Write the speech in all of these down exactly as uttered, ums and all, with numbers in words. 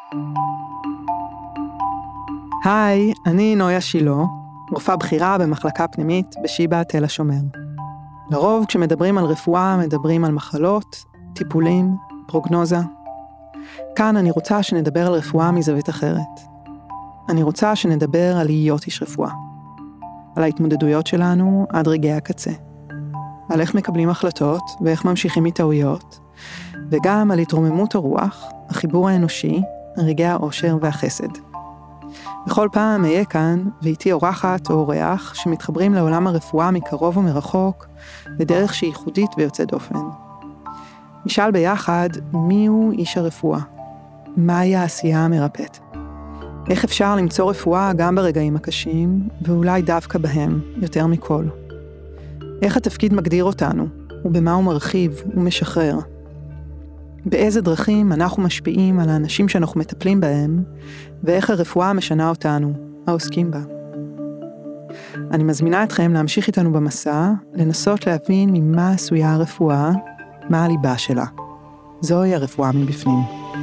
היי, אני נויה שילה, רופאה בכירה במחלקה פנימית בשיבא תל השומר. לרוב כשמדברים על רפואה מדברים על מחלות, טיפולים, פרוגנוזה. כאן אני רוצה שנדבר על רפואה מזווית אחרת. אני רוצה שנדבר על להיות איש רפואה. על ההתמודדויות שלנו עד רגעי הקצה. על איך מקבלים החלטות ואיך ממשיכים מטעויות, וגם על התרוממות הרוח, החיבור האנושי, רגעי האושר והחסד. בכל פעם אהיה כאן ואיתי אורחת או אורח שמתחברים לעולם הרפואה מקרוב ומרחוק, בדרך שהיא ייחודית ויוצאת דופן. נשאל ביחד מיהו איש הרפואה, מהי העשייה המרפאת. איך אפשר למצוא רפואה גם ברגעים הקשים, ואולי דווקא בהם יותר מכל. איך התפקיד מגדיר אותנו, ובמה הוא מרחיב ומשחרר. באיזה דרכים אנחנו משפיעים על האנשים שאנחנו מטפלים בהם, ואיך הרפואה משנה אותנו, העוסקים בה. אני מזמינה אתכם להמשיך איתנו במסע, לנסות להבין ממה עשויה הרפואה, מה הליבה שלה. זוהי הרפואה מבפנים.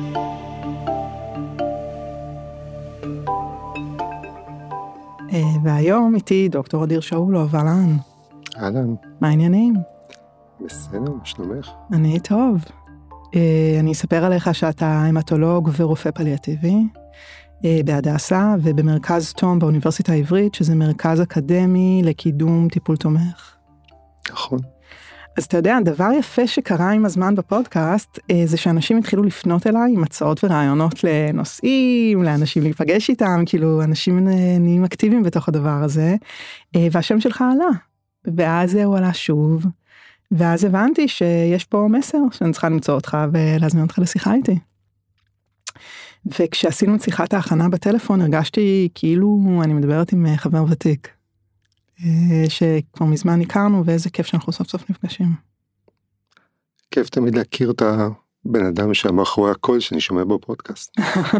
והיום איתי דוקטור אדיר שאולוב, אהלן. אהלן. מה העניינים? בסדר, מה שלומך? אני טוב. אני אספר עליך שאתה המטולוג ורופא פליאטיבי בהדסה ובמרכז תום באוניברסיטה העברית, שזה מרכז אקדמי לקידום טיפול תומך. נכון. אז אתה יודע, דבר יפה שקרה עם הזמן בפודקאסט, זה שאנשים התחילו לפנות אליי עם הצעות ורעיונות לנושאים, לאנשים להיפגש איתם, כאילו אנשים נהיים אקטיביים בתוך הדבר הזה, והשם שלך עלה, ואז הוא עלה שוב, ואז הבנתי שיש פה מסר שאני צריכה למצוא אותך ולהזמין אותך לשיחה איתי. וכשעשינו את שיחת ההכנה בטלפון, הרגשתי כאילו אני מדברת עם חבר ותיק, שכבר מזמן הכרנו, ואיזה כיף שאנחנו סוף סוף נפגשים. כיף תמיד להכיר את הבן אדם שמאחורי הקול שאני שומע בפודקאסט.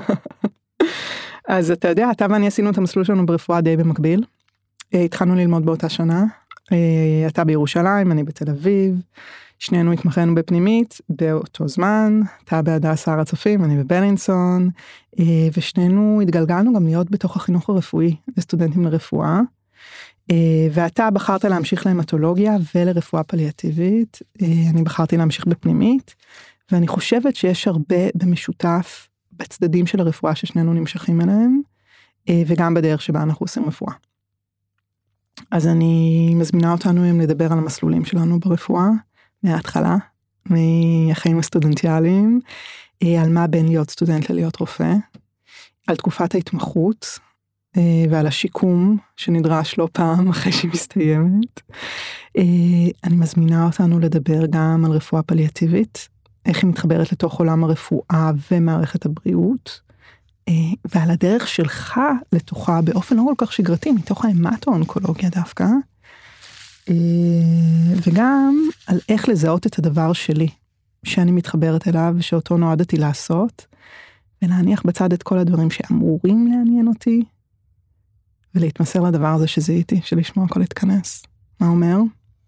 אז אתה יודע, אתה ואני עשינו את המסלול שלנו ברפואה די במקביל. התחלנו ללמוד באותה שנה. אתה בירושלים, אני בתל אביב. שנינו התמחינו בפנימית באותו זמן. אתה בהדסה הר הצופים, אני בבלינסון. ושנינו התגלגלנו גם להיות בתוך החינוך הרפואי לסטודנטים לרפואה. ואתה בחרת להמשיך להמטולוגיה ולרפואה פליאטיבית. אני בחרתי להמשיך בפנימית, ואני חושבת שיש הרבה במשותף בצדדים של הרפואה ששנינו נמשכים אליהם, וגם בדרך שבה אנחנו עושים רפואה. אז אני מזמינה אותנו אם לדבר על המסלולים שלנו ברפואה, מההתחלה, מהחיים הסטודנטיאליים, על מה בין להיות סטודנט ללהיות רופא, על תקופת ההתמחות, ועל השיקום שנדרש לא פעם אחרי שהיא מסתיימת. אני מזמינה אותנו לדבר גם על רפואה פליאטיבית, איך היא מתחברת לתוך עולם הרפואה ומערכת הבריאות, ועל הדרך שלך לתוכה באופן לא כל כך שגרתי, מתוך ההמטו-אונקולוגיה דווקא, וגם על איך לזהות את הדבר שלי, שאני מתחברת אליו ושאותו נועדתי לעשות, ולהניח בצד את כל הדברים שאמורים לעניין אותי, ולהתמסר לדבר הזה שזיהיתי, שלשמוע הכל להתכנס. מה אומר?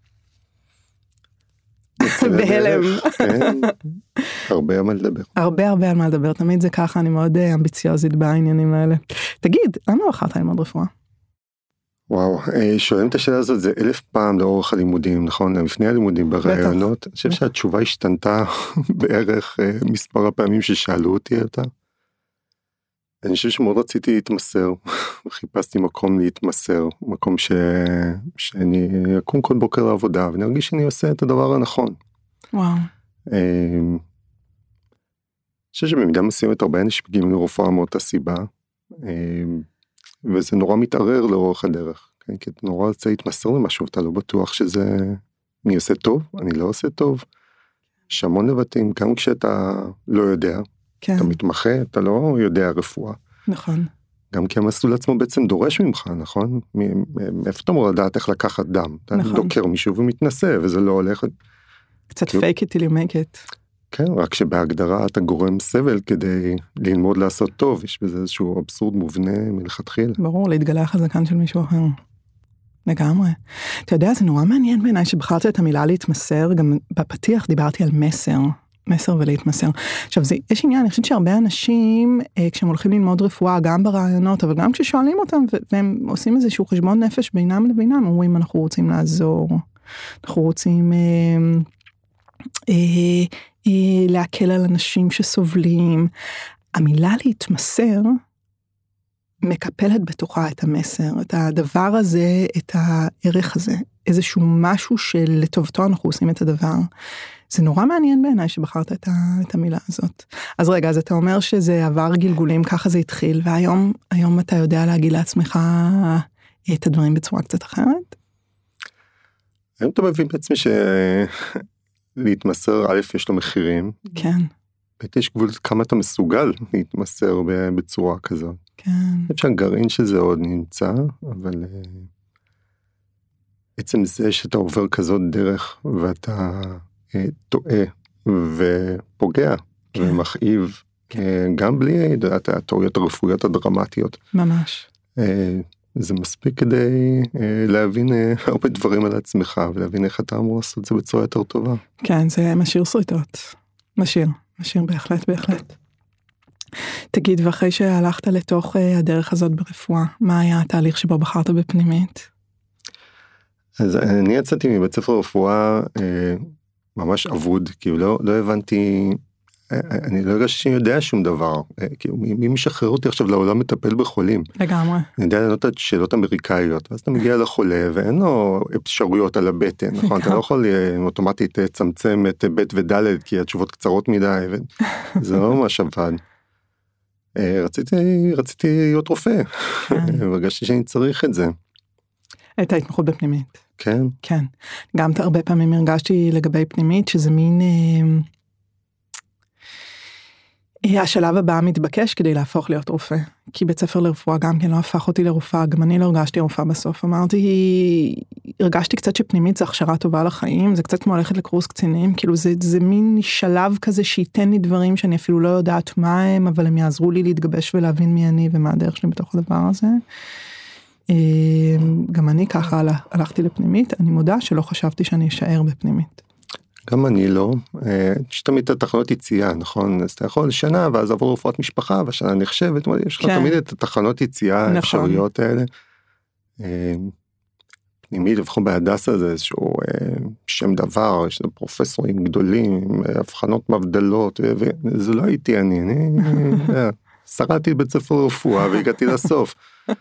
בהלם. כן, הרבה על מה לדבר. הרבה הרבה על מה לדבר, תמיד זה ככה, אני מאוד אמביציוזית בעניינים האלה. תגיד, למה בחרת ללמוד רפואה? וואו, שואלים את השאלה הזאת, זה אלף פעם לאורך הלימודים, נכון? לפני הלימודים ברעיונות, אני חושב שהתשובה השתנתה בערך מספר הפעמים ששאלו אותי אותה. אני חושב שמאוד רציתי להתמסר, חיפשתי מקום להתמסר, מקום ש... שאני אקום כל בוקר לעבודה, ואני ארגיש שאני עושה את הדבר הנכון. וואו. אני חושב שבמידה מסוימת הרבה אנשים מגיעים לרפואה מאותה סיבה, וזה נורא מתערער לאורך הדרך, כן? כי אתה נורא רוצה להתמסר למשהו, אתה לא בטוח שזה, אני עושה טוב, אני לא עושה טוב, יש המון לבטים, גם כשאתה לא יודע, כן. אתה מתמחה, אתה לא יודע רפואה. נכון. גם כי המסלול עצמו בעצם דורש ממך, נכון? מאיפה אתה אמור לדעת איך לקחת דם? אתה נכון. דוקר מישהו ומתנסה, וזה לא הולך... קצת fake it till you make it. כן, רק שבהגדרה אתה גורם סבל כדי ללמוד לעשות טוב, יש בזה איזשהו אבסורד מובנה מלכתחילה. ברור, להתגלח הזקן של מישהו אחר. לגמרי. אתה יודע, זה נורא מעניין בעיניי שבחרת את המילה להתמסר, גם בפתיח דיברתי על מסר. מסר ולהתמסר. עכשיו, זה, יש עניין, אני חושבת שהרבה אנשים, אה, כשהם הולכים ללמוד רפואה, גם ברעיונות, אבל גם כששואלים אותם, והם עושים איזשהו חשבון נפש בינם לבינם, אומרים, אנחנו רוצים לעזור, אנחנו רוצים אה, אה, אה, להקל על אנשים שסובלים. המילה להתמסר, מקפלת בתוכה את המסר, את הדבר הזה, את הערך הזה, איזשהו משהו שלטובתו אנחנו עושים את הדבר. זה נורא מעניין בעיניי שבחרת את, ה, את המילה הזאת. אז רגע, אז אתה אומר שזה עבר גלגולים, ככה זה התחיל, והיום היום אתה יודע להגיד לעצמך את הדברים בצורה קצת אחרת? היום אתה מבין בעצמי שלהתמסר, א', יש לו מחירים. כן. בית יש גבול כמה אתה מסוגל להתמסר בצורה כזאת. כן. אני חושב שהגרעין שזה עוד נמצא, אבל עצם זה שאתה עובר כזאת דרך ואתה טועה ופוגע כן. ומכאיב, כן. גם בלי התיאוריות הרפואיות הדרמטיות. ממש. זה מספיק כדי להבין הרבה דברים על עצמך, ולהבין איך אתה אמור לעשות את זה בצורה יותר טובה. כן, זה משאיר שריטות. משאיר, משאיר בהחלט, בהחלט. תגיד, ואחרי שהלכת לתוך הדרך הזאת ברפואה, מה היה התהליך שבו בחרת בפנימית? אז אני יצאתי מבית ספר רפואה ממש אבוד, כי לא, לא הבנתי, אני לא הרגשתי שאני יודע שום דבר, כי מי משחרר אותי עכשיו לעולם מטפל בחולים. לגמרי. אני יודע לענות את שאלות אמריקאיות, ואז אתה מגיע לחולה ואין לו אפשרויות על הבטן, נכון? אתה לא יכול אוטומטית לצמצם את ב' וד' כי התשובות קצרות מדי, וזה לא ממש עבד. רציתי, רציתי להיות רופא, והרגשתי שאני צריך את זה. את ההתמחות בפנימית. כן. כן. גם הרבה פעמים הרגשתי לגבי פנימית, שזה מין, אה, השלב הבא מתבקש כדי להפוך להיות רופא. כי בית ספר לרפואה גם כן לא הפך אותי לרופאה, גם אני לא הרגשתי רופאה בסוף. אמרתי, הרגשתי קצת שפנימית זה הכשרה טובה לחיים, זה קצת כמו ללכת לקורס קצינים, כאילו זה, זה מין שלב כזה שייתן לי דברים שאני אפילו לא יודעת מה הם, אבל הם יעזרו לי להתגבש ולהבין מי אני ומה הדרך שלי בתוך הדבר הזה. גם אני ככה הלכתי לפנימית, אני מודה שלא חשבתי שאני אשאר בפנימית. גם אני לא, יש תמיד את התחנות יציאה, נכון? אז אתה יכול שנה ואז עבור רפואת משפחה, והשנה נחשבת, יש לך תמיד את התחנות יציאה האפשריות האלה. פנימית, לפחות בהדסה זה איזשהו שם דבר, יש פרופסורים גדולים, הבחנות מבדלות, וזה לא הייתי אני, אני שרדתי בית ספר רפואה והגעתי לסוף.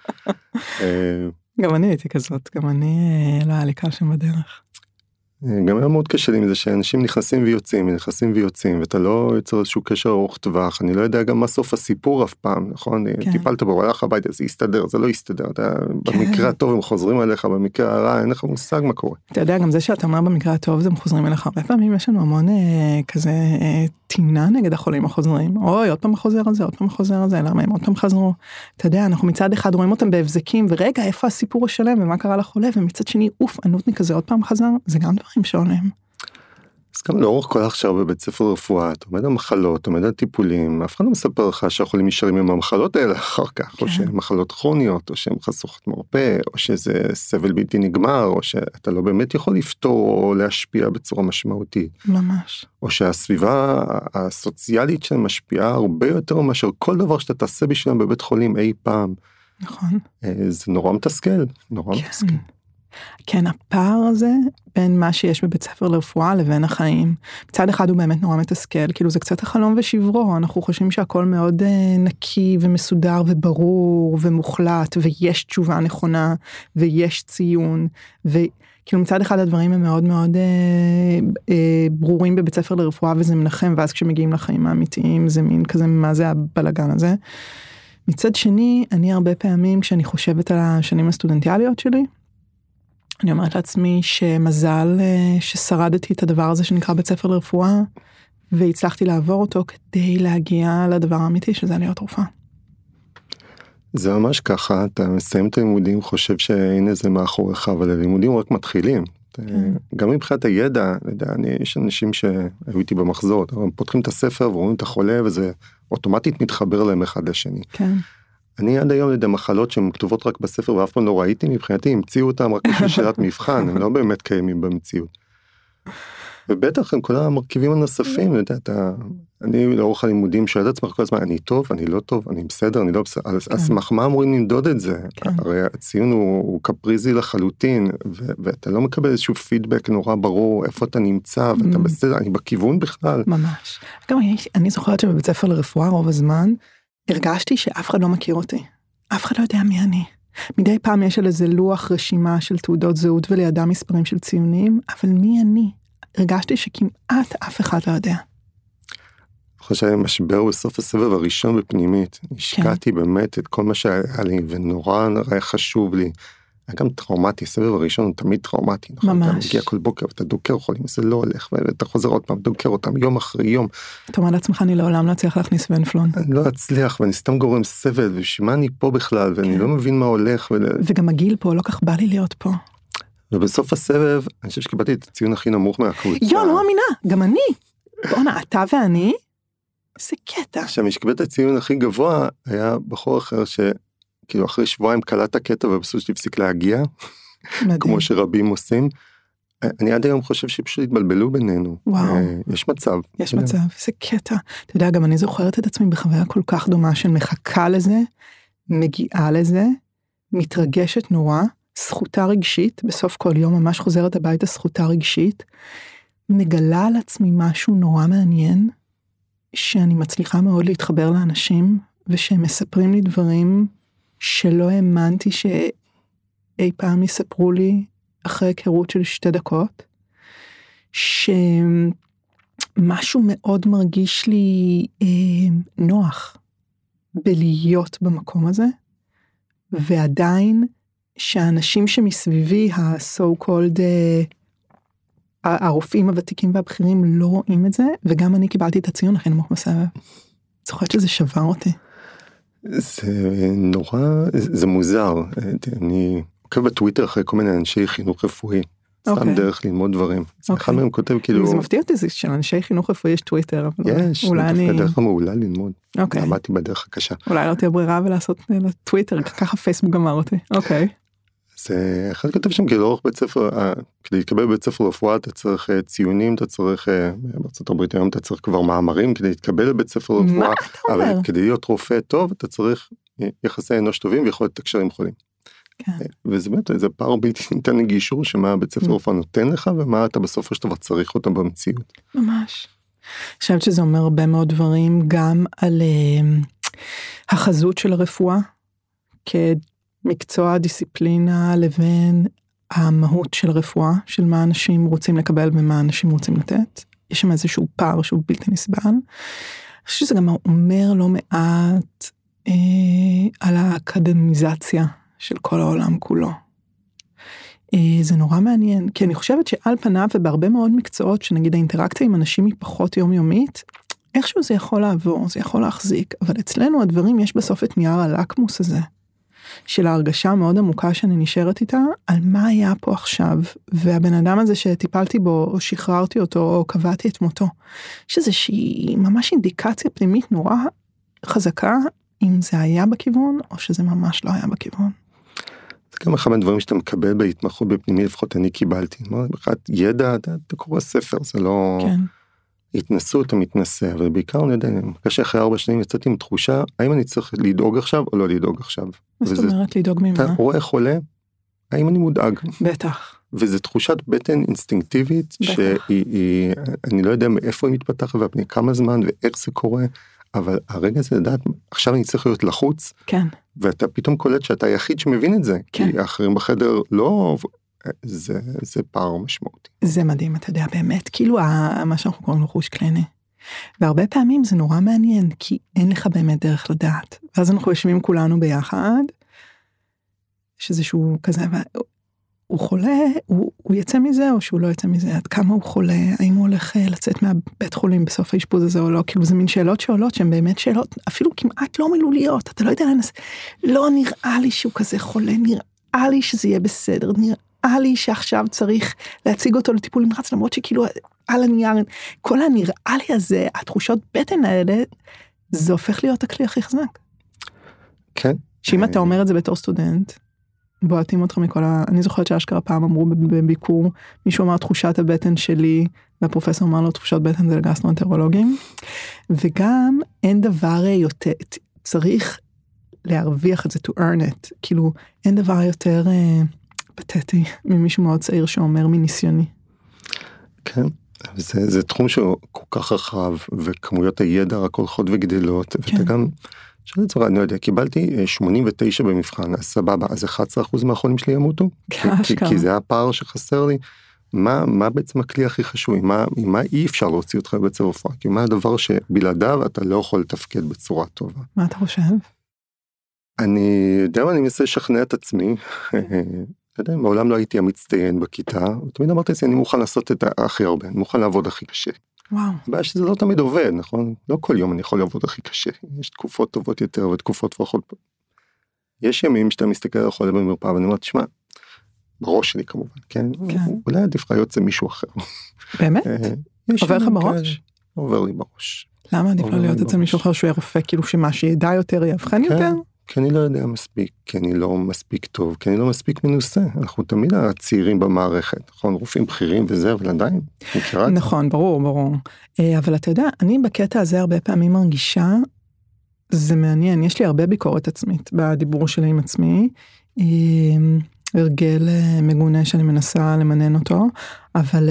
גם אני הייתי כזאת, גם אני לא היה לי קל שם בדרך. גם היה מאוד קשה לי מזה שאנשים נכנסים ויוצאים, נכנסים ויוצאים, ואתה לא יוצר איזשהו קשר ארוך טווח, אני לא יודע גם מה סוף הסיפור אף פעם, נכון? כן. טיפלת בו, הלך הביתה, זה יסתדר, זה לא יסתדר, אתה, כן. במקרה הטוב הם חוזרים עליך, במקרה הרע אין לך מושג מה קורה. אתה יודע, גם זה שאתה אומר במקרה הטוב, זה חוזרים אליך, הרבה פעמים יש לנו המון אה, כזה אה, תינה נגד החולים החוזרים, אוי, עוד פעם החוזר הזה, עוד פעם החוזר הזה, למה הם עוד פעם חזרו? אתה יודע, אנחנו מצד אחד רואים אותם בהבזקים, ורגע, איפה הסיפור השלם, ומה קרה לחולה, ומצד שני, אוף, ענותני כזה, עוד פעם חזר, זה גם דברים שעולים. אז גם לאורך כל ההכשרה בבית ספר רפואה, אתה עומד על מחלות, אתה עומד על טיפולים, אף אחד לא מספר לך שהחולים נשארים עם המחלות האלה אחר כך, כן. או שהן מחלות כרוניות, או שהן חשוכות מרפא, או שזה סבל בלתי נגמר, או שאתה לא באמת יכול לפתור או להשפיע בצורה משמעותית. ממש. או שהסביבה הסוציאלית שלהם משפיעה הרבה יותר מאשר כל דבר שאתה תעשה בשבילם בבית חולים אי פעם. נכון. זה נורא מתסכל, נורא כן. מתסכל. כן, הפער הזה בין מה שיש בבית ספר לרפואה לבין החיים. מצד אחד הוא באמת נורא מתסכל, כאילו זה קצת החלום ושברו, אנחנו חושבים שהכל מאוד נקי ומסודר וברור ומוחלט, ויש תשובה נכונה, ויש ציון, וכאילו מצד אחד הדברים הם מאוד מאוד אה, אה, ברורים בבית ספר לרפואה, וזה מנחם, ואז כשמגיעים לחיים האמיתיים, זה מין כזה, מה זה הבלגן הזה. מצד שני, אני הרבה פעמים, כשאני חושבת על השנים הסטודנטיאליות שלי, אני אומרת לעצמי שמזל ששרדתי את הדבר הזה שנקרא בית ספר לרפואה, והצלחתי לעבור אותו כדי להגיע לדבר האמיתי, שזה להיות רופאה. זה ממש ככה, אתה מסיים את הלימודים, חושב שהנה זה מאחוריך, אבל הלימודים רק מתחילים. כן. גם מבחינת הידע, אני, יש אנשים שהיו איתי במחזור, הם פותחים את הספר ורואים את החולה, וזה אוטומטית מתחבר להם אחד לשני. כן. אני עד היום לידי מחלות שהן כתובות רק בספר ואף פעם לא ראיתי, מבחינתי המציאו אותם רק בשביל שאלת מבחן, הם לא באמת קיימים במציאות. ובטח עם כל המרכיבים הנוספים, אני לאורך הלימודים שואל את עצמך כל הזמן, אני טוב, אני לא טוב, אני בסדר, אני לא בסדר, אז מה אמורים למדוד את זה? הרי הציון הוא קפריזי לחלוטין, ואתה לא מקבל איזשהו פידבק נורא ברור, איפה אתה נמצא, ואתה בסדר, אני בכיוון בכלל. ממש. גם אני זוכרת שבבית ספר לרפואה רוב הזמן, הרגשתי שאף אחד לא מכיר אותי. אף אחד לא יודע מי אני. מדי פעם יש על איזה לוח רשימה של תעודות זהות ולידם מספרים של ציונים, אבל מי אני? הרגשתי שכמעט אף אחד לא יודע. אני חושב שהיה משבר בסוף הסבב הראשון בפנימית. השקעתי באמת את כל מה שהיה לי, ונורא נורא חשוב לי. היה גם טראומטי, הסבב הראשון הוא תמיד טראומטי. ממש. אתה מגיע כל בוקר ואתה דוקר חולים, זה לא הולך, ואתה חוזר עוד פעם, דוקר אותם יום אחרי יום. אתה אומר לעצמך, אני לעולם לא אצליח להכניס ונפלון. אני לא אצליח, ואני סתם גורם סבל, ושמה אני פה בכלל, ואני לא מבין מה הולך. וגם הגיל פה, לא כך בא לי להיות פה. ובסוף הסבב, אני חושב שקיבלתי את הציון הכי נמוך מהקבוצה. יו, לא מאמינה, גם אני. בואנה, אתה ואני, זה קטע. עכשיו, מי שקיבל את הציון הכי גבוה, היה בחור אחר שכאילו אחרי שבועיים קלט הקטע, ובסוף שהפסיק להגיע, כמו שרבים עושים. אני עד היום חושב שפשוט התבלבלו בינינו. וואו. יש מצב. יש מצב, זה קטע. אתה יודע, גם אני זוכרת את עצמי בחוויה כל כך דומה, של מחכה לזה, מגיעה לזה, מתרגשת נורא, זכותה רגשית, בסוף כל יום ממש חוזרת הביתה זכותה רגשית, מגלה על עצמי משהו נורא מעניין, שאני מצליחה מאוד להתחבר לאנשים, ושהם מספרים לי דברים שלא האמנתי שאי פעם יספרו לי, אחרי היכרות של שתי דקות, שמשהו מאוד מרגיש לי אה, נוח, בלהיות במקום הזה, ועדיין, שהאנשים שמסביבי, ה-so called, הרופאים הוותיקים והבכירים לא רואים את זה, וגם אני קיבלתי את הציון הכי נמוך בסבב. זוכרת שזה שבר אותי. זה נורא, זה מוזר. אני עוקב בטוויטר אחרי כל מיני אנשי חינוך רפואי, סתם דרך ללמוד דברים. אחד מהם כותב כאילו... זה מפתיע אותי, זה של אנשי חינוך רפואי יש טוויטר. יש, זה דרך המעולה ללמוד. למדתי בדרך הקשה. אולי לא תהיה ברירה ולעשות טוויטר, ככה פייסבוק גמר אותי. אוקיי. זה אחד כותב שם כאילו אורך בית ספר, כדי להתקבל בבית ספר רפואה אתה צריך ציונים, אתה צריך, בארצות הברית היום אתה צריך כבר מאמרים כדי להתקבל לבית ספר רפואה, אבל כדי להיות רופא טוב אתה צריך יחסי אנוש טובים ויכול לתקשר עם חולים. וזה באמת איזה פער בלתי ניתן לגישור שמה בית ספר רפואה נותן לך ומה אתה בסופו של דבר צריך אותם במציאות. ממש. אני חושבת שזה אומר הרבה מאוד דברים גם על החזות של הרפואה כמקצוע דיסציפלינה לבין המהות של רפואה, של מה אנשים רוצים לקבל ומה אנשים רוצים לתת. יש שם איזשהו פער שהוא בלתי נסבל. אני חושבת שזה גם אומר לא מעט אה, על האקדמיזציה של כל העולם כולו. זה נורא מעניין, כי אני חושבת שעל פניו ובהרבה מאוד מקצועות, שנגיד האינטראקציה עם אנשים היא פחות יומיומית, איכשהו זה יכול לעבור, זה יכול להחזיק, אבל אצלנו הדברים יש בסוף את נייר הלקמוס הזה, של ההרגשה המאוד עמוקה שאני נשארת איתה, על מה היה פה עכשיו, והבן אדם הזה שטיפלתי בו, או שחררתי אותו, או קבעתי את מותו, שזה שהיא ממש אינדיקציה פנימית נורא חזקה, אם זה היה בכיוון, או שזה ממש לא היה בכיוון. זה גם אחד מהדברים שאתה מקבל בהתמחות בפנימי, לפחות אני קיבלתי. בכלל, ידע, אתה, אתה קורא ספר, זה לא... כן. התנסות, אתה מתנסה, אבל בעיקר אני יודע, קשה אחרי ארבע שנים יצאתי עם תחושה, האם אני צריך לדאוג עכשיו או לא לדאוג עכשיו. מה זאת אומרת לדאוג ממה? אתה רואה חולה, האם אני מודאג? בטח. וזו תחושת בטן אינסטינקטיבית, שהיא, אני לא יודע מאיפה היא מתפתחת, והפני כמה זמן ואיך זה קורה, אבל הרגע זה לדעת, עכשיו אני צריך להיות לחוץ, כן. ואתה פתאום קולט שאתה היחיד שמבין את זה, כן. כי האחרים בחדר לא, זה, זה פער משמעותי. זה מדהים, אתה יודע, באמת, כאילו מה שאנחנו קוראים לו חוש קליני. והרבה פעמים זה נורא מעניין, כי אין לך באמת דרך לדעת. ואז אנחנו יושבים כולנו ביחד, שזה שהוא כזה, הוא חולה, הוא, הוא יצא מזה או שהוא לא יצא מזה, עד כמה הוא חולה, האם הוא הולך לצאת מהבית חולים בסוף האשפוז הזה או לא, כאילו זה מין שאלות שעולות שהן באמת שאלות, אפילו כמעט לא מילוליות, אתה לא יודע לנס, לא נראה לי שהוא כזה חולה, נראה לי שזה יהיה בסדר, נראה לי שעכשיו צריך להציג אותו לטיפול נמרץ, למרות שכאילו על הנייר, כל הנראה לי הזה, התחושות בטן האלה, זה הופך להיות הכלי הכי חזק. כן. שאם אתה אומר את זה בתור סטודנט, בועטים אותך מכל ה... אני זוכרת שהאשכרה פעם אמרו בביקור, מישהו אמר תחושת הבטן שלי, והפרופסור אמר לו, תחושות בטן זה לגסטרואנטרולוגים, וגם אין דבר יותר, צריך להרוויח את זה, to earn it, כאילו, אין דבר יותר אה, פתטי, ממישהו מאוד צעיר שאומר מניסיוני. כן, זה, זה תחום שהוא כל כך רחב, וכמויות הידע רק הולכות וגדלות, כן. ואתה גם, שאלה צורה, אני לא יודע, קיבלתי שמונים ותשע במבחן, אז סבבה, אז אחד עשר אחוז מהחולים שלי ימותו, כי, כי, כי זה הפער שחסר לי, מה, מה בעצם הכלי הכי חשוב, מה, מה אי אפשר להוציא אותך בבית רפואה, כי מה הדבר שבלעדיו אתה לא יכול לתפקד בצורה טובה. מה אתה חושב? אני יודע מה, אני מנסה לשכנע את עצמי, אתה יודע, מעולם לא הייתי המצטיין בכיתה, ותמיד אמרתי לעצמי, אני מוכן לעשות את הכי הרבה, אני מוכן לעבוד הכי קשה. וואו. הבעיה שזה לא תמיד עובד, נכון? לא כל יום אני יכול לעבוד הכי קשה, יש תקופות טובות יותר ותקופות פחות. יש ימים שאתה מסתכל על החולה במרפאה, ואני אומר, תשמע, בראש שלי כמובן, כן? כן. אולי עדיף לך יוצא מישהו אחר. באמת? עובר לך בראש? עובר לי בראש. למה עדיף לו להיות אצל מישהו אחר שהוא ירופא, כאילו שמה שידע יותר יאבחן יותר? כי אני לא יודע מספיק, כי אני לא מספיק טוב, כי אני לא מספיק מנוסה. אנחנו תמיד הצעירים במערכת, נכון? רופאים בכירים וזה, אבל עדיין, מכירה את זה. נכון, ברור, ברור. אבל אתה יודע, אני בקטע הזה הרבה פעמים מרגישה, זה מעניין, יש לי הרבה ביקורת עצמית בדיבור שלי עם עצמי, הרגל מגונה שאני מנסה למנן אותו, אבל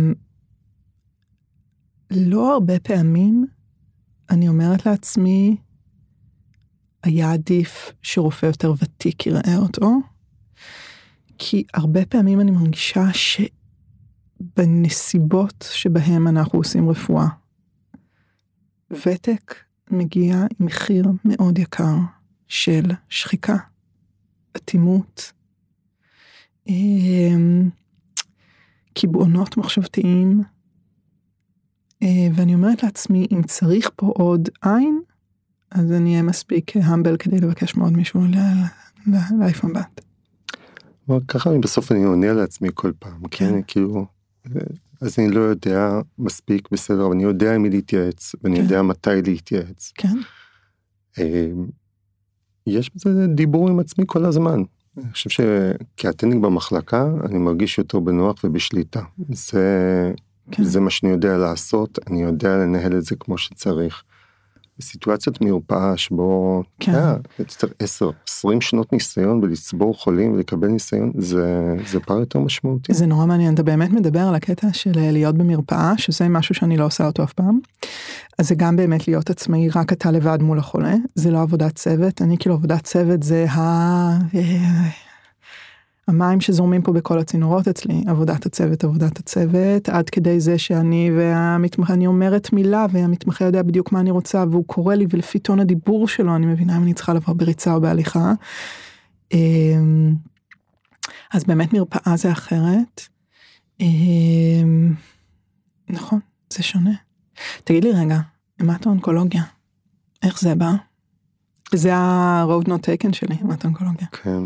לא הרבה פעמים אני אומרת לעצמי, היה עדיף שרופא יותר ותיק יראה אותו, כי הרבה פעמים אני מרגישה שבנסיבות שבהם אנחנו עושים רפואה, ותק מגיע עם מחיר מאוד יקר של שחיקה, אטימות, קיבעונות מחשבתיים, ואני אומרת לעצמי, אם צריך פה עוד עין, אז אני אהיה מספיק המבל כדי לבקש מאוד מישהו להעיף מבט. ככה בסוף אני עונה לעצמי כל פעם, כן, כאילו, אז אני לא יודע מספיק בסדר, אבל אני יודע מי להתייעץ, ואני יודע מתי להתייעץ. כן. יש בזה דיבור עם עצמי כל הזמן. אני חושב שכהטניק במחלקה, אני מרגיש יותר בנוח ובשליטה. זה, זה מה שאני יודע לעשות, אני יודע לנהל את זה כמו שצריך. בסיטואציות מרפאה שבו, עשר, עשרים שנות ניסיון ולצבור חולים ולקבל ניסיון, זה, זה פער יותר משמעותי. זה נורא מעניין, אתה באמת מדבר על הקטע של להיות במרפאה, שזה משהו שאני לא עושה אותו אף פעם, אז זה גם באמת להיות עצמאי, רק אתה לבד מול החולה, זה לא עבודת צוות, אני כאילו עבודת צוות זה ה... המים שזורמים פה בכל הצינורות אצלי, עבודת הצוות, עבודת הצוות, עד כדי זה שאני והמתמחה, אני אומרת מילה, והמתמחה יודע בדיוק מה אני רוצה, והוא קורא לי, ולפי טון הדיבור שלו, אני מבינה אם אני צריכה לבוא בריצה או בהליכה. אז באמת מרפאה זה אחרת. נכון, זה שונה. תגיד לי רגע, המטו-אונקולוגיה, איך זה בא? זה ה-road not taken שלי, המטו-אונקולוגיה. כן.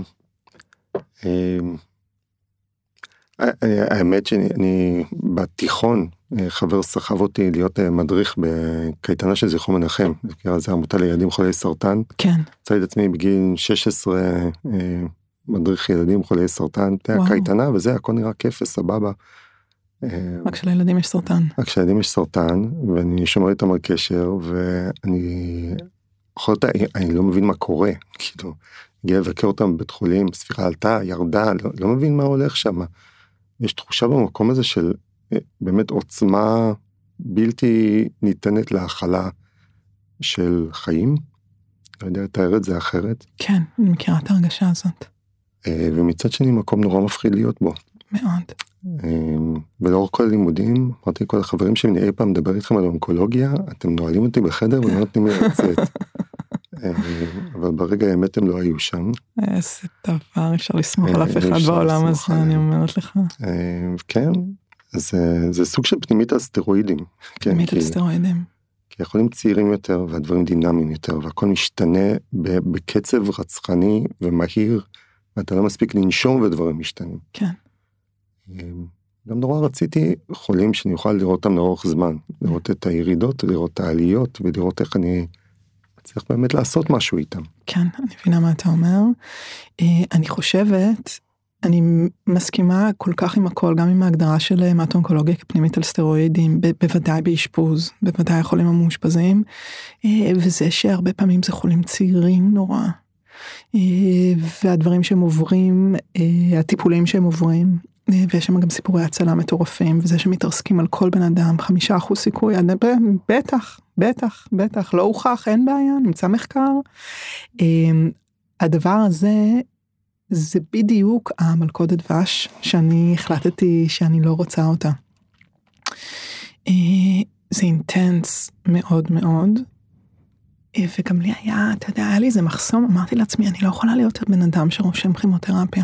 האמת שאני בתיכון, חבר סחב אותי להיות מדריך בקייטנה של זכרון מנחם, זה עמותה לילדים חולי סרטן. כן. מצאתי את עצמי בגיל שש עשרה מדריך ילדים חולי סרטן, קייטנה וזה, הכל נראה כיף וסבבה. רק שלילדים יש סרטן. רק שלילדים יש סרטן, ואני שומר איתם על קשר, ואני אני לא מבין מה קורה, כאילו, הגיע לבקר אותם בבית חולים, ספירה עלתה, ירדה, לא, לא מבין מה הולך שם. יש תחושה במקום הזה של באמת עוצמה בלתי ניתנת להכלה של חיים. לא יודע, תאר את זה אחרת. כן, אני מכירה את הרגשה הזאת. ומצד שני מקום נורא מפחיד להיות בו. מאוד. ולאורך כל הלימודים, אמרתי לכל החברים שלי, אי פעם מדבר איתכם על אונקולוגיה, אתם נועלים אותי בחדר ולא נותנים לי לצאת. אבל ברגע האמת הם לא היו שם. איזה דבר, אפשר לסמוך על אף אחד בעולם הזה, אני אומרת לך. כן, זה סוג של פנימית על סטרואידים. פנימית על סטרואידים. כי יכולים צעירים יותר, והדברים דינמיים יותר, והכל משתנה בקצב רצחני ומהיר, ואתה לא מספיק לנשום ודברים משתנים. כן. גם נורא רציתי חולים שאני אוכל לראות אותם לאורך זמן, לראות את הירידות, לראות את העליות, ולראות איך אני צריך באמת לעשות משהו איתם. כן, אני מבינה מה אתה אומר. אני חושבת, אני מסכימה כל כך עם הכל, גם עם ההגדרה של המטו-אונקולוגיה כפנימית על סטרואידים, בוודאי באשפוז, בוודאי החולים המאושפזים, וזה שהרבה פעמים זה חולים צעירים נורא, והדברים שהם עוברים, הטיפולים שהם עוברים, ויש שם גם סיפורי הצלה מטורפים, וזה שמתרסקים על כל בן אדם, חמישה אחוז סיכוי, בטח, בטח, בטח, לא הוכח, אין בעיה, נמצא מחקר. הדבר הזה, זה בדיוק המלכודת דבש, שאני החלטתי שאני לא רוצה אותה. זה אינטנס מאוד מאוד, וגם לי היה, אתה יודע, היה לי איזה מחסום, אמרתי לעצמי, אני לא יכולה להיות בן אדם שרושם כימותרפיה.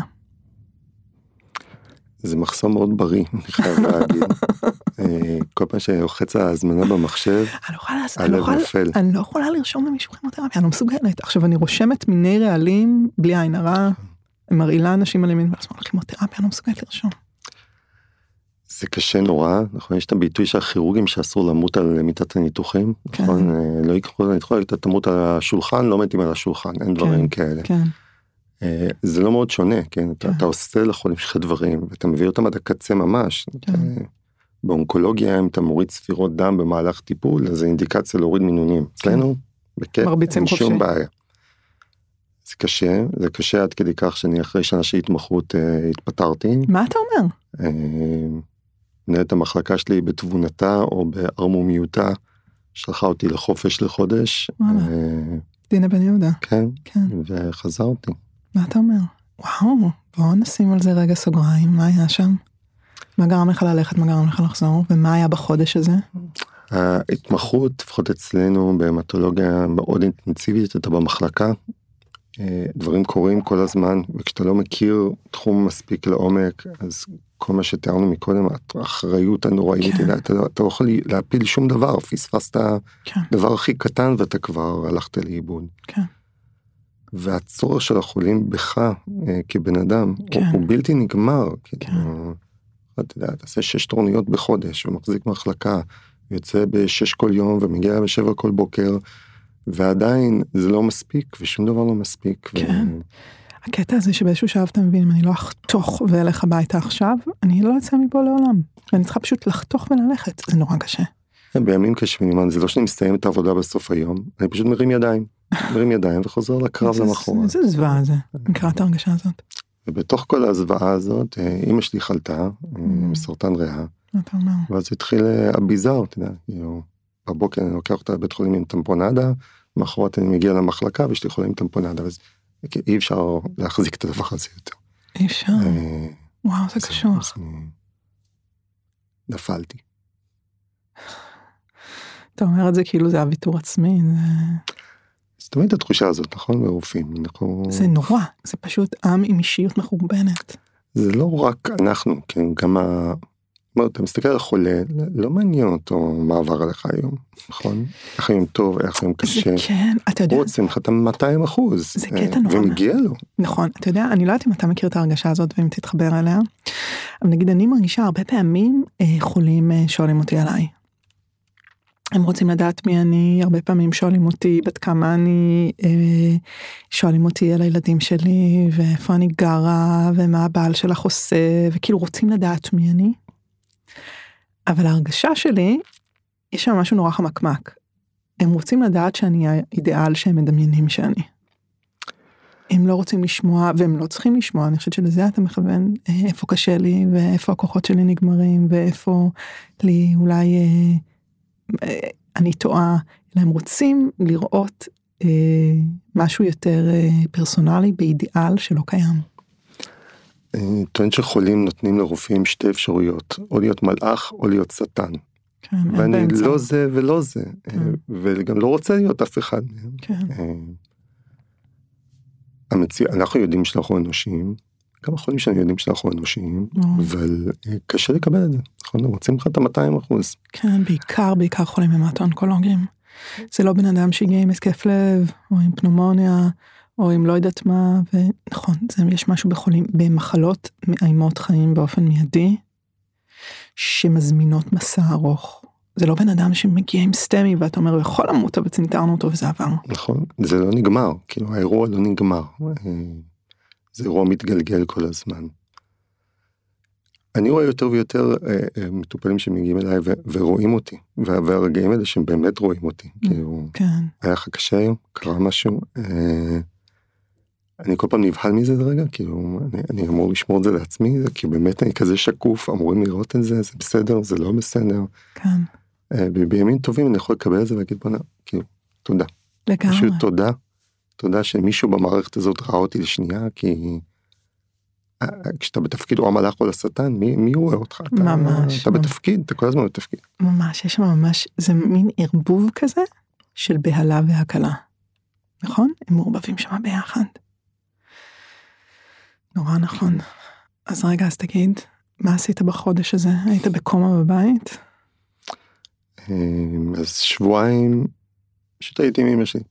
זה מחסום מאוד בריא, אני חייב להגיד. כל פעם שלוחץ ההזמנה במחשב, הלב נופל. אני לא יכולה לרשום למישהו כימותרפיה, אני לא מסוגלת. עכשיו, אני רושמת מיני רעלים, בלי עין הרע, מרעילה אנשים על ימין ועל כימותרפיה, אני לא מסוגלת לרשום. זה קשה נורא, נכון? יש את הביטוי של הכירורגים שאסור למות על מיטת הניתוחים, נכון? לא יקחו לניתוח, אתה תמות על השולחן, לא מתים על השולחן, אין דברים כאלה. כן. זה לא מאוד שונה, כן? אתה עושה לחולים שלך דברים, ואתה מביא אותם עד הקצה ממש. באונקולוגיה, אם אתה מוריד ספירות דם במהלך טיפול, אז זה אינדיקציה להוריד מינונים. אצלנו, בכיף, אין שום בעיה. זה קשה, זה קשה עד כדי כך שאני אחרי שנה של התמחות התפטרתי. מה אתה אומר? מנהלת המחלקה שלי בתבונתה או בערמומיותה, שלחה אותי לחופש לחודש. דינה בן יהודה. כן, וחזרתי. מה אתה אומר? וואו, בואו נשים על זה רגע סוגריים, מה היה שם? מה גרם לך ללכת, מה גרם לך לחזור, ומה היה בחודש הזה? ההתמחות, לפחות אצלנו בהמטולוגיה מאוד אינטנסיבית, אתה במחלקה, דברים קורים כל הזמן, וכשאתה לא מכיר תחום מספיק לעומק, אז כל מה שתיארנו מקודם, האחריות הנוראית, כן. אתה, אתה לא יכול להפיל שום דבר, פספסת כן. דבר הכי קטן, ואתה כבר הלכת לאיבוד. כן. והצורך של החולים בך, אה, כבן אדם, כן. הוא, הוא בלתי נגמר. כן. כאילו, אתה יודע, אתה עושה שש תורניות בחודש, ומחזיק מחלקה, יוצא בשש כל יום, ומגיע בשבע כל בוקר, ועדיין זה לא מספיק, ושום דבר לא מספיק. כן. ו... הקטע הזה שבאיזשהו שעה אתה מבין, אם אני לא אחתוך ואלך הביתה עכשיו, אני לא אצא מפה לעולם. ואני צריכה פשוט לחתוך וללכת. זה נורא קשה. בימים קשים, זה לא שאני מסתיים את העבודה בסוף היום, אני פשוט מרים ידיים. מרים ידיים וחוזר לקרב למחרת. איזה זוועה זה, נקרא את ההרגשה הזאת. ובתוך כל הזוועה הזאת, אמא שלי חלתה, מסרטן ריאה. אתה אומר. ואז התחיל הביזר, אתה יודע, בבוקר אני לוקח אותה לבית חולים עם טמפונדה, מאחורת אני מגיע למחלקה ויש לי חולה עם טמפונדה, אז אי אפשר להחזיק את הדבר הזה יותר. אי אפשר. וואו, זה קשוח. נפלתי. אתה אומר את זה כאילו זה הוויתור עצמי. זאת תמיד התחושה הזאת, נכון? ברופאים. זה נורא, זה פשוט עם עם אישיות מחורבנת. זה לא רק אנחנו, כן, גם ה... אתה מסתכל על החולה, לא מעניין אותו מה עבר עליך היום, נכון? איך היום טוב, איך היום קשה. זה כן, אתה יודע. רוצים לך את מאתיים אחוז. זה קטע נורא. ומגיע לו. נכון, אתה יודע, אני לא יודעת אם אתה מכיר את ההרגשה הזאת ואם תתחבר אליה, אבל נגיד אני מרגישה הרבה פעמים חולים שואלים אותי עליי. הם רוצים לדעת מי אני, הרבה פעמים שואלים אותי בת כמה אני, שואלים אותי על הילדים שלי, ואיפה אני גרה, ומה הבעל שלך עושה, וכאילו רוצים לדעת מי אני. אבל ההרגשה שלי, יש שם משהו נורא חמקמק. הם רוצים לדעת שאני האידיאל שהם מדמיינים שאני. הם לא רוצים לשמוע, והם לא צריכים לשמוע, אני חושבת שלזה אתה מכוון, איפה קשה לי, ואיפה הכוחות שלי נגמרים, ואיפה לי אולי... אני טועה, אלא הם רוצים לראות אה, משהו יותר אה, פרסונלי באידיאל שלא קיים. אני טוען שחולים נותנים לרופאים שתי אפשרויות, או להיות מלאך או להיות שטן. כן, ואני לא זה ולא זה, כן. וגם לא רוצה להיות אף אחד. כן. המציא, אנחנו יודעים שאנחנו אנושיים, גם החולים שאני יודעים שאנחנו אנושיים, אבל קשה לקבל את זה, אנחנו רוצים לך את ה-מאתיים אחוז. כן, בעיקר, בעיקר חולים המטו-אונקולוגיים. זה לא בן אדם שהגיע עם התקף לב, או עם פנומוניה, או עם לא יודעת מה, ונכון, זה, יש משהו בחולים, במחלות מאיימות חיים באופן מיידי, שמזמינות מסע ארוך. זה לא בן אדם שמגיע עם סטמי, ואתה אומר, יכול למות, אבל צנתרנו אותו וזה עבר. נכון, זה לא נגמר, כאילו האירוע לא נגמר. זה אירוע מתגלגל כל הזמן. אני רואה יותר ויותר אה, מטופלים שמגיעים אליי ו- ורואים אותי, והרגעים האלה שהם באמת רואים אותי, כאילו, כן. היה לך קשה היום, קרה משהו, אה, אני כל פעם נבהל מזה רגע, כאילו, אני, אני אמור לשמור את זה לעצמי, זה, כי באמת אני כזה שקוף, אמורים לראות את זה, זה בסדר, זה לא בסדר. כן. אה, בימים טובים אני יכול לקבל את זה ולהגיד, בוא נע, כאילו, תודה. לגמרי. פשוט תודה, תודה שמישהו במערכת הזאת ראה אותי לשנייה, כי כשאתה בתפקיד או המלאך או לשטן, מי, מי רואה אותך? אתה, ממש. אתה בתפקיד, אתה כל הזמן בתפקיד. ממש, יש שם ממש, זה מין ערבוב כזה של בהלה והקלה. נכון? הם מעורבבים שם ביחד. נורא נכון. אז רגע, אז תגיד, מה עשית בחודש הזה? היית בקומה בבית? אז שבועיים, פשוט הייתי עם אמא שלי.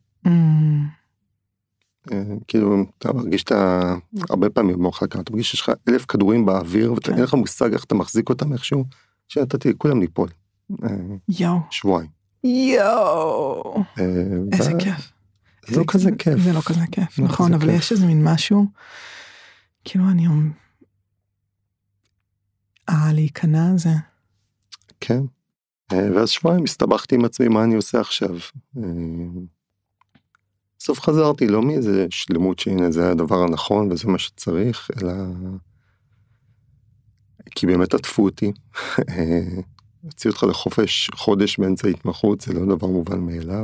כאילו, אתה מרגיש אתה הרבה פעמים במחלקה, אתה מרגיש שיש לך אלף כדורים באוויר, ואתה אין לך מושג איך אתה מחזיק אותם איכשהו, שנתתי, כולם ניפול. יואו. שבועיים. יואו. איזה כיף. זה לא כזה כיף. זה לא כזה כיף, נכון, אבל יש איזה מין משהו, כאילו אני אומר, אה, להיכנע זה. כן. ואז שבועיים הסתבכתי עם עצמי מה אני עושה עכשיו. בסוף חזרתי, לא מאיזה שלמות שהנה זה הדבר הנכון וזה מה שצריך, אלא כי באמת עטפו אותי. הוציאו אותך לחופש חודש באמצע התמחות, זה לא דבר מובן מאליו.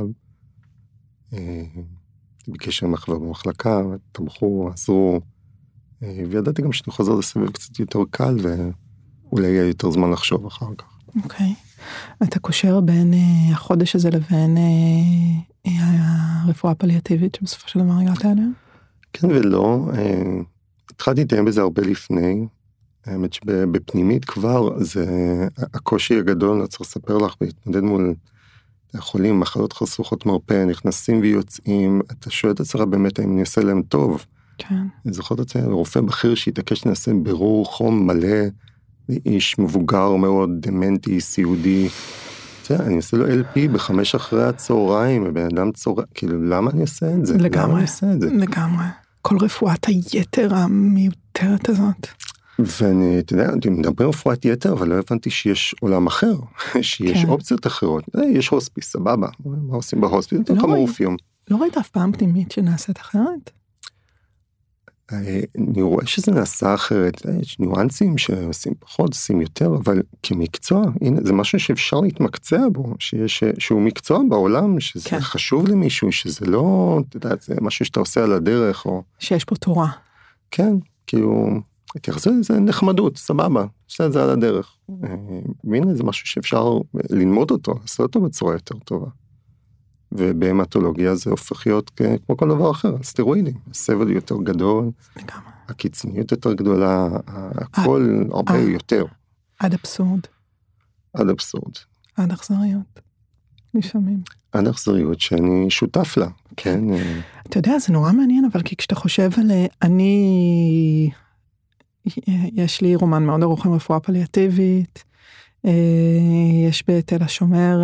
בקשר עם החבר במחלקה, תמכו, עזרו, וידעתי גם שאני חוזר לסבב קצת יותר קל, ואולי יהיה יותר זמן לחשוב אחר כך. אוקיי. אתה קושר בין החודש הזה לבין הרפואה הפליאטיבית שבסופו של דבר הגעת אליה? כן ולא, התחלתי להתאם בזה הרבה לפני, האמת שבפנימית כבר זה הקושי הגדול, אני צריך לספר לך, להתמודד מול החולים, מחלות חשוכות מרפא, נכנסים ויוצאים, אתה שואל את עצמך באמת האם אני אעשה להם טוב. כן. אני זוכר את עצמי, רופא בכיר שהתעקש נעשה בירור חום מלא, איש מבוגר מאוד, דמנטי, סיעודי, אני אעשה לו אל פי בחמש אחרי הצהריים, ובן אדם צהריים, כאילו למה אני אעשה את זה? לגמרי, למה אני אעשה את זה? לגמרי. כל רפואת היתר המיותרת הזאת. ואני, אתה יודע, אני מדבר רפואת יתר, אבל לא הבנתי שיש עולם אחר, שיש כן. אופציות אחרות. יש הוספיס, סבבה, מה עושים בהוספיס? לא, לא, ראי, לא ראית אף פעם פנימית שנעשית אחרת? אני רואה שזה נעשה אחרת, יש ניואנסים שעושים פחות, עושים יותר, אבל כמקצוע, הנה, זה משהו שאפשר להתמקצע בו, שיש, שהוא מקצוע בעולם, שזה כן. חשוב למישהו, שזה לא, אתה יודע, זה משהו שאתה עושה על הדרך, או... שיש פה תורה. כן, כאילו, התייחסו לזה נחמדות, סבבה, עושה את זה על הדרך. והנה, זה משהו שאפשר ללמוד אותו, לעשות אותו בצורה יותר טובה. ובהמטולוגיה זה הופך להיות כמו כל דבר אחר, הסטרואידים, הסבל יותר גדול, הקיצוניות יותר גדולה, הכל הרבה יותר. עד אבסורד. עד אבסורד. עד אכזריות, לפעמים. עד אכזריות שאני שותף לה, כן. אתה יודע, זה נורא מעניין, אבל כי כשאתה חושב על, אני, יש לי רומן מאוד ארוך עם רפואה פליאטיבית, יש בתל השומר,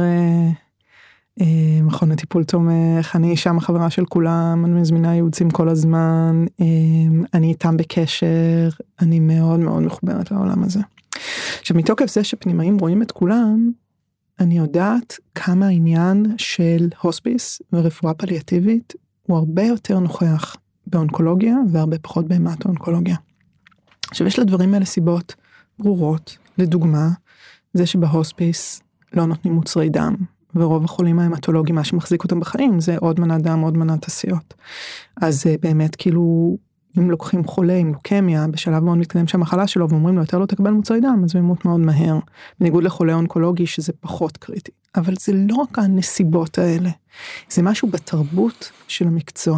מכון הטיפול תומך, אני שם החברה של כולם, אני מזמינה ייעוצים כל הזמן, אני איתם בקשר, אני מאוד מאוד מחוברת לעולם הזה. עכשיו, מתוקף זה שפנימאים רואים את כולם, אני יודעת כמה העניין של הוספיס ורפואה פליאטיבית, הוא הרבה יותר נוכח באונקולוגיה, והרבה פחות בהמטו-אונקולוגיה. עכשיו, יש לדברים האלה סיבות ברורות, לדוגמה, זה שבהוספיס לא נותנים מוצרי דם, ורוב החולים ההמטולוגיים, מה שמחזיק אותם בחיים, זה עוד מנת דם, עוד מנת עשיות. אז באמת, כאילו, אם לוקחים חולה עם לוקמיה, בשלב מאוד מתקדם שהמחלה שלו, ואומרים לו, יותר לא תקבל מוצרי דם, אז הוא ימות מאוד מהר. בניגוד לחולה אונקולוגי, שזה פחות קריטי. אבל זה לא רק הנסיבות האלה. זה משהו בתרבות של המקצוע.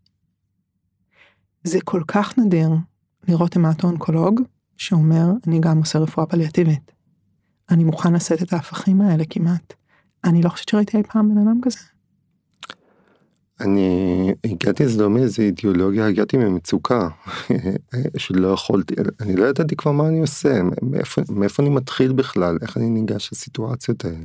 זה כל כך נדיר לראות המטו-אונקולוג, שאומר, אני גם עושה רפואה פליאטיבית. אני מוכן לשאת את ההפכים האלה כמעט. אני לא חושבת שראיתי אי פעם בן אדם כזה. אני הגעתי לזה לא מאיזו אידיאולוגיה, הגעתי ממצוקה, שלא יכולתי, אני לא ידעתי כבר מה אני עושה, מאיפה, מאיפה אני מתחיל בכלל, איך אני ניגש לסיטואציות האלה.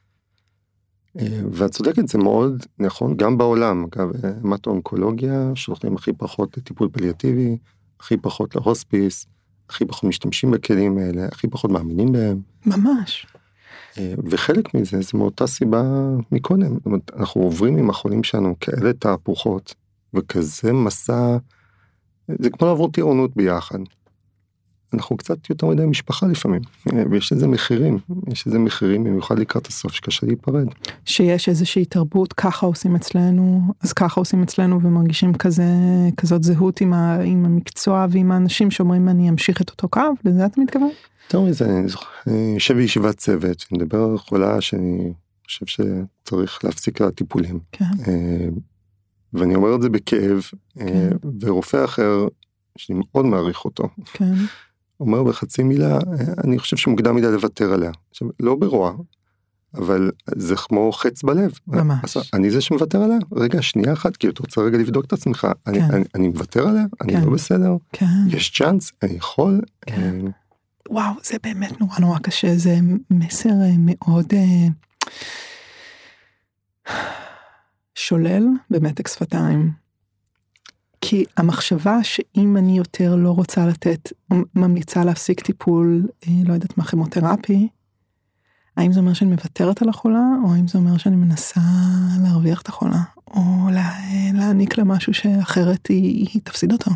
ואת צודקת, זה מאוד נכון, גם בעולם, אגב, המטו-אונקולוגיה, שולחים הכי פחות לטיפול פליאטיבי, הכי פחות להוספיס, הכי פחות משתמשים בכלים האלה, הכי פחות מאמינים בהם. ממש. וחלק מזה, זה מאותה סיבה מקודם. זאת אומרת, אנחנו עוברים עם החולים שלנו כאלה תהפוכות, וכזה מסע, זה כמו לעבור טירונות ביחד. אנחנו קצת יותר מדי משפחה לפעמים, ויש איזה מחירים, יש איזה מחירים במיוחד לקראת הסוף שקשה להיפרד. שיש איזושהי תרבות, ככה עושים אצלנו, אז ככה עושים אצלנו ומרגישים כזה, כזאת זהות עם, ה, עם המקצוע ועם האנשים שאומרים אני אמשיך את אותו קו, לזה אתה מתכוון? יותר מזה, אני יושב בישיבת צוות, שאני מדבר על חולה שאני חושב שצריך להפסיק לטיפולים. כן. ואני אומר את זה בכאב, כן. ורופא אחר, שאני מאוד מעריך אותו. כן. אומר בחצי מילה, אני חושב שמוקדם מדי לוותר עליה. עכשיו, לא ברוע, אבל זה כמו חץ בלב. ממש. אני זה שמוותר עליה? רגע, שנייה אחת, כי אתה רוצה רגע לבדוק את עצמך. אני, כן. אני, אני מוותר עליה? אני כן. לא בסדר? כן. יש צ'אנס? אני יכול? כן. וואו, זה באמת נורא נורא קשה, זה מסר מאוד שולל במתק שפתיים. כי המחשבה שאם אני יותר לא רוצה לתת, ממליצה להפסיק טיפול, לא יודעת מה, כימותרפי, האם זה אומר שאני מוותרת על החולה, או האם זה אומר שאני מנסה להרוויח את החולה, או לה, להעניק לה משהו שאחרת היא, היא תפסיד אותו.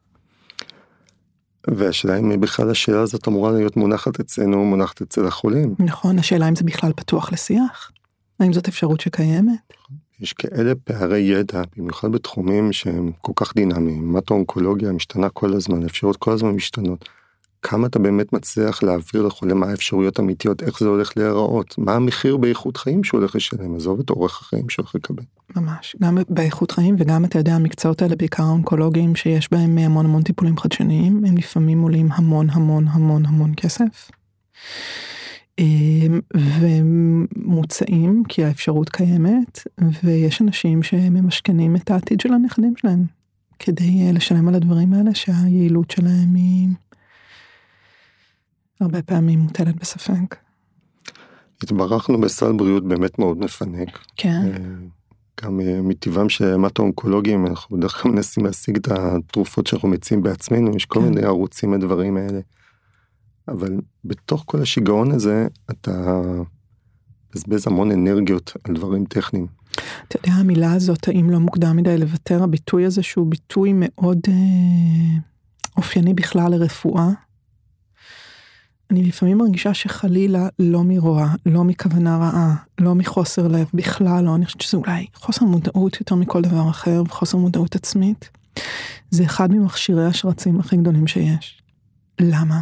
והשאלה אם בכלל השאלה הזאת אמורה להיות מונחת אצלנו, מונחת אצל החולים. נכון, השאלה אם זה בכלל פתוח לשיח, האם זאת אפשרות שקיימת? יש כאלה פערי ידע, במיוחד בתחומים שהם כל כך דינמיים, מטו-אונקולוגיה משתנה כל הזמן, האפשרויות כל הזמן משתנות. כמה אתה באמת מצליח להעביר לחולה מה האפשרויות האמיתיות, איך זה הולך להיראות, מה המחיר באיכות חיים שהוא הולך לשלם, עזוב את אורך החיים שהוא הולך לקבל. ממש, גם באיכות חיים וגם אתה יודע, המקצועות האלה, בעיקר האונקולוגיים שיש בהם המון המון טיפולים חדשניים, הם לפעמים עולים המון המון המון המון כסף. ומוצאים כי האפשרות קיימת, ויש אנשים שממשכנים את העתיד של הנכדים שלהם, כדי לשלם על הדברים האלה שהיעילות שלהם היא הרבה פעמים מוטלת בספק. התברכנו בסל בריאות באמת מאוד מפנק. כן. גם מטבעם שמטו-אונקולוגים, אנחנו בדרך כלל מנסים להשיג את התרופות שאנחנו מציעים בעצמנו, יש כל כן. מיני ערוצים הדברים האלה. אבל בתוך כל השיגעון הזה, אתה מבזבז המון אנרגיות על דברים טכניים. אתה יודע, המילה הזאת, האם לא מוקדם מדי לוותר, הביטוי הזה שהוא ביטוי מאוד אה, אופייני בכלל לרפואה, אני לפעמים מרגישה שחלילה לא מרוע, לא מכוונה רעה, לא מחוסר לב, בכלל לא, אני חושבת שזה אולי חוסר מודעות יותר מכל דבר אחר, וחוסר מודעות עצמית. זה אחד ממכשירי השרצים הכי גדולים שיש. למה?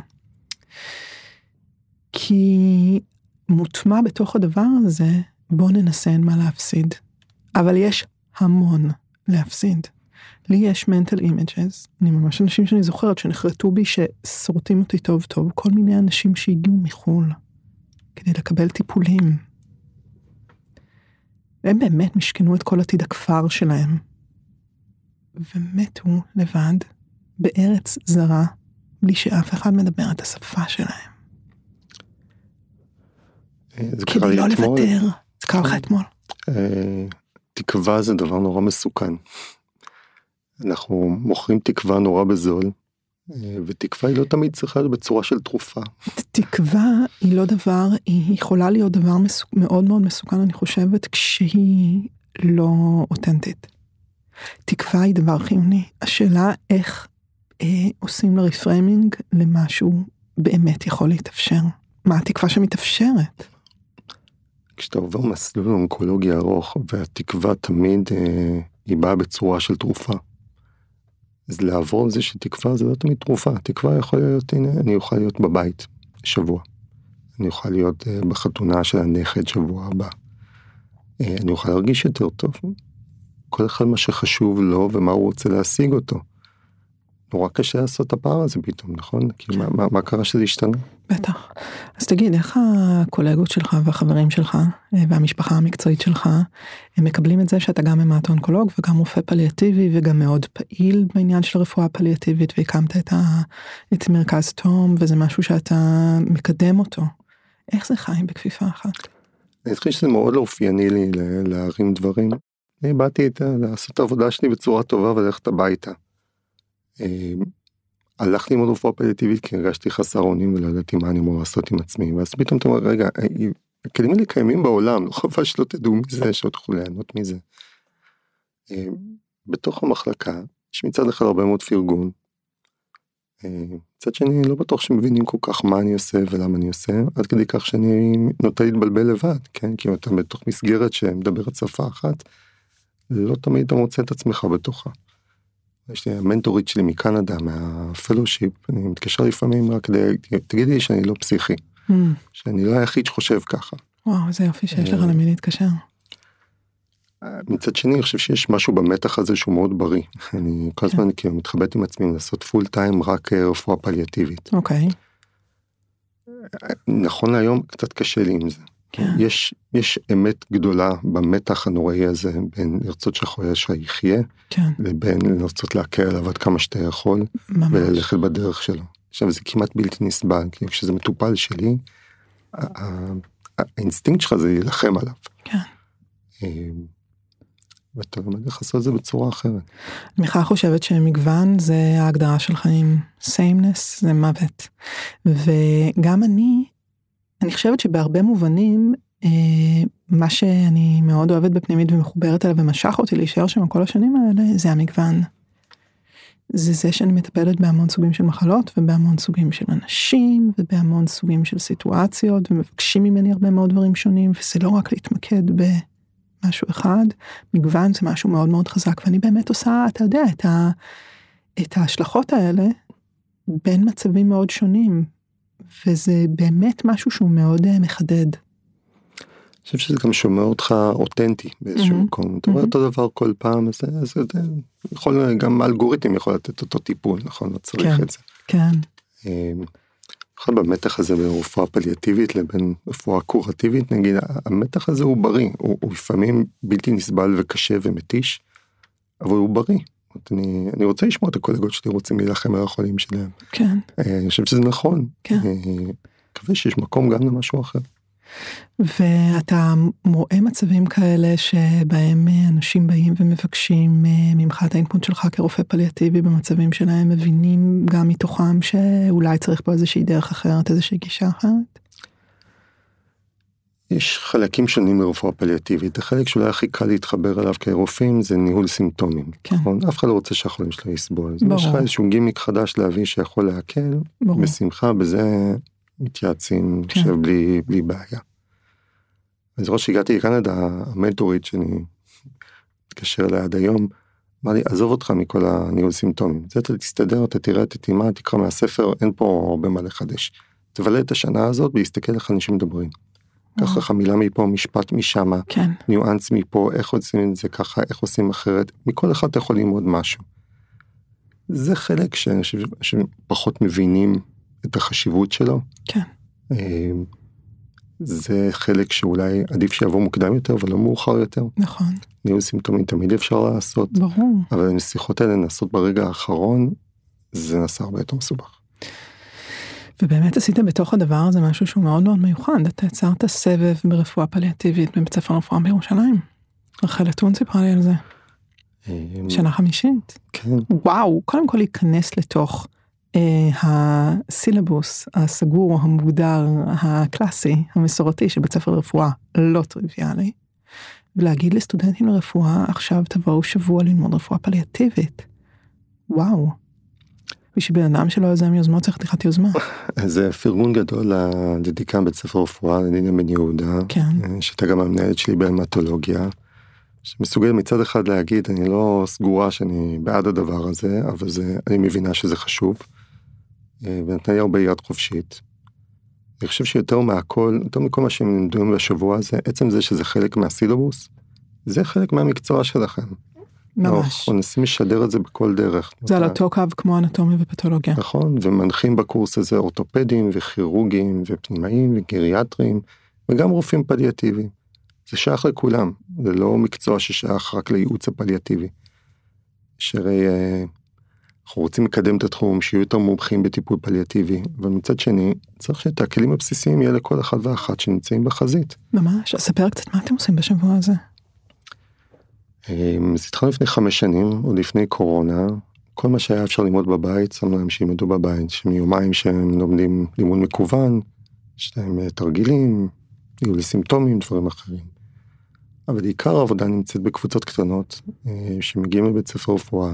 כי מוטמע בתוך הדבר הזה, בוא ננסה אין מה להפסיד. אבל יש המון להפסיד. לי יש mental images, אני ממש אנשים שאני זוכרת שנחרטו בי ששורטים אותי טוב טוב, כל מיני אנשים שהגיעו מחול, כדי לקבל טיפולים. והם באמת משכנו את כל עתיד הכפר שלהם, ומתו לבד, בארץ זרה, בלי שאף אחד מדבר את השפה שלהם. כדי לא לוותר, זה קרה לך אתמול. תקווה זה דבר נורא מסוכן. אנחנו מוכרים תקווה נורא בזול, ותקווה היא לא תמיד צריכה להיות בצורה של תרופה. תקווה היא לא דבר, היא יכולה להיות דבר מאוד מאוד מסוכן, אני חושבת, כשהיא לא אותנטית. תקווה היא דבר חיוני. השאלה איך אה, עושים לה רפריימינג למשהו באמת יכול להתאפשר. מה התקווה שמתאפשרת? כשאתה עובר מסלול אונקולוגי ארוך, והתקווה תמיד אה, היא באה בצורה של תרופה. אז לעבור על זה שתקווה זה לא תמיד תרופה. תקווה יכול להיות, הנה, אני אוכל להיות בבית שבוע. אני אוכל להיות אה, בחתונה של הנכד שבוע הבא. אה, אני אוכל להרגיש יותר טוב. כל אחד מה שחשוב לו ומה הוא רוצה להשיג אותו. נורא קשה לעשות את הפער הזה פתאום, נכון? כי מה, מה, מה קרה שזה השתנה? בטח. אז תגיד, איך הקולגות שלך והחברים שלך והמשפחה המקצועית שלך, הם מקבלים את זה שאתה גם המטו-אונקולוג וגם רופא פליאטיבי וגם מאוד פעיל בעניין של הרפואה הפליאטיבית, והקמת את, ה, את מרכז תום, וזה משהו שאתה מקדם אותו. איך זה חיים בכפיפה אחת? אני חושב שזה מאוד לא אופייני לי להרים דברים. אני באתי לעשות את העבודה שלי בצורה טובה וללכת הביתה. הלכתי עם רפואה פליאטיבית כי הרגשתי חסר אונים ולא ידעתי מה אני אמור לעשות עם עצמי, ואז פתאום אתה אומר, רגע, הכלים האלה קיימים בעולם, לא חובה שלא תדעו מזה, שלא תוכלו ליהנות מזה. בתוך המחלקה, יש מצד אחד הרבה מאוד פרגון, מצד שני לא בטוח שמבינים כל כך מה אני עושה ולמה אני עושה, עד כדי כך שאני נוטה להתבלבל לבד, כן? כי אם אתה בתוך מסגרת שמדברת שפה אחת, לא תמיד אתה מוצא את עצמך בתוכה. יש לי המנטורית שלי מקנדה, מהפלושיפ, אני מתקשר לפעמים רק כדי, תגידי לי שאני לא פסיכי, mm. שאני לא היחיד שחושב ככה. וואו, זה יופי שיש לך למי להתקשר. מצד שני, אני חושב שיש משהו במתח הזה שהוא מאוד בריא. אני כל הזמן כאילו מתחבט עם עצמי לעשות פול טיים רק רפואה פליאטיבית. אוקיי. נכון להיום, קצת קשה לי עם זה. יש, יש אמת גדולה במתח הנוראי הזה, בין לרצות שהחולה שלך יחיה, לבין לרצות להקל עליו עד כמה שאתה יכול, וללכת בדרך שלו. עכשיו, זה כמעט בלתי נסבל, כי כשזה מטופל שלי, האינסטינקט שלך זה להילחם עליו. כן. ואתה לומד איך לעשות את זה בצורה אחרת. אני בכלל חושבת שמגוון זה ההגדרה של חיים, sameness זה מוות. וגם אני, אני חושבת שבהרבה מובנים, מה שאני מאוד אוהבת בפנימית ומחוברת אליו ומשך אותי להישאר שם כל השנים האלה, זה המגוון. זה זה שאני מטפלת בהמון סוגים של מחלות, ובהמון סוגים של אנשים, ובהמון סוגים של סיטואציות, ומבקשים ממני הרבה מאוד דברים שונים, וזה לא רק להתמקד במשהו אחד, מגוון זה משהו מאוד מאוד חזק, ואני באמת עושה, אתה יודע, את, ה, את ההשלכות האלה, בין מצבים מאוד שונים, וזה באמת משהו שהוא מאוד מחדד. אני חושב שזה גם שומע אותך אותנטי באיזשהו mm-hmm. מקום. אתה רואה mm-hmm. אותו דבר כל פעם, אז זה יכול, גם האלגוריתם יכול לתת אותו טיפול, נכון? לא צריך כן, את זה. כן. יכול במתח הזה בין רפואה פליאטיבית לבין רפואה קורטיבית, נגיד, המתח הזה הוא בריא, הוא, הוא לפעמים בלתי נסבל וקשה ומתיש, אבל הוא בריא. אני, אני רוצה לשמוע את הקולגות שלי רוצים להילחם על החולים שלהם. כן. אני חושב שזה נכון. כן. אני מקווה שיש מקום גם למשהו אחר. ואתה רואה מצבים כאלה שבהם אנשים באים ומבקשים ממך את האינפוט שלך כרופא פליאטיבי במצבים שלהם, מבינים גם מתוכם שאולי צריך פה איזושהי דרך אחרת, איזושהי גישה אחרת? יש חלקים שונים מרפואה פליאטיבית, החלק שאולי הכי קל להתחבר אליו כרופאים זה ניהול סימפטומים. כן. נכון? אף אחד לא רוצה שהחולים שלו יסבול. ברור. יש לך איזשהו גימיק חדש להביא שיכול להקל, ברור. בשמחה, בזה מתייעצים, כן. חושב, בלי, בלי בעיה. אז ראש שהגעתי לקנדה, המנטורית שאני מתקשר אליה עד היום, אמר לי, עזוב אותך מכל הניהול סימפטומים. זה אתה תסתדר, אתה תראה, תתאימה, תקרא מהספר, אין פה הרבה מה לחדש. תבלה את השנה הזאת ולהסתכל איך אנשים מדברים. ככה לך מילה מפה, משפט משם, כן. ניואנס מפה, איך עושים את זה ככה, איך עושים אחרת. מכל אחד אתה יכול ללמוד משהו. זה חלק שפחות מבינים את החשיבות שלו. כן. זה חלק שאולי עדיף שיעבור מוקדם יותר, אבל לא מאוחר יותר. נכון. ניהול סימפטומים תמיד אפשר לעשות. ברור. אבל הנסיכות האלה נעשות ברגע האחרון, זה נעשה הרבה יותר מסובך. ובאמת עשיתם בתוך הדבר הזה משהו שהוא מאוד מאוד מיוחד. אתה יצרת סבב ברפואה פליאטיבית בבית ספר לרפואה בירושלים. רחל אתון סיפרה לי על זה. שנה חמישית. כן. וואו, קודם כל להיכנס לתוך הסילבוס הסגור, המוגדר, הקלאסי, המסורתי של בית ספר לרפואה, לא טריוויאלי, ולהגיד לסטודנטים לרפואה, עכשיו תבואו שבוע ללמוד רפואה פליאטיבית. וואו. בשביל בן אדם שלא יוזם יוזמות, צריך תחת יוזמה. זה פרגון גדול לדיקן בית ספר רפואה, לדינה בן יהודה, כן. שאתה גם המנהלת שלי בהמטולוגיה, שמסוגל מצד אחד להגיד, אני לא סגורה שאני בעד הדבר הזה, אבל זה, אני מבינה שזה חשוב, ונתנה לי הרבה יד חופשית. אני חושב שיותר מהכל, יותר מכל מה שהם נדעים בשבוע הזה, עצם זה שזה חלק מהסילבוס, זה חלק מהמקצוע שלכם. ממש. אנחנו נסים לשדר את זה בכל דרך. זה על אותו קו כמו אנטומיה ופתולוגיה. נכון, ומנחים בקורס הזה אורתופדים וכירורגים ופנימאים וגריאטרים, וגם רופאים פליאטיביים. זה שייך לכולם, זה לא מקצוע ששייך רק לייעוץ הפליאטיבי. שהרי אנחנו רוצים לקדם את התחום, שיהיו יותר מומחים בטיפול פליאטיבי, אבל מצד שני, צריך שאת הכלים הבסיסיים יהיה לכל אחד ואחת שנמצאים בחזית. ממש, אז ספר קצת מה אתם עושים בשבוע הזה? אז התחלנו לפני חמש שנים, עוד לפני קורונה, כל מה שהיה אפשר ללמוד בבית, שמנו להם שילמדו בבית, שמיומיים שהם לומדים לימוד מקוון, יש להם תרגילים, יהיו לסימפטומים, דברים אחרים. אבל עיקר העבודה נמצאת בקבוצות קטנות, שמגיעים לבית ספר רפואה,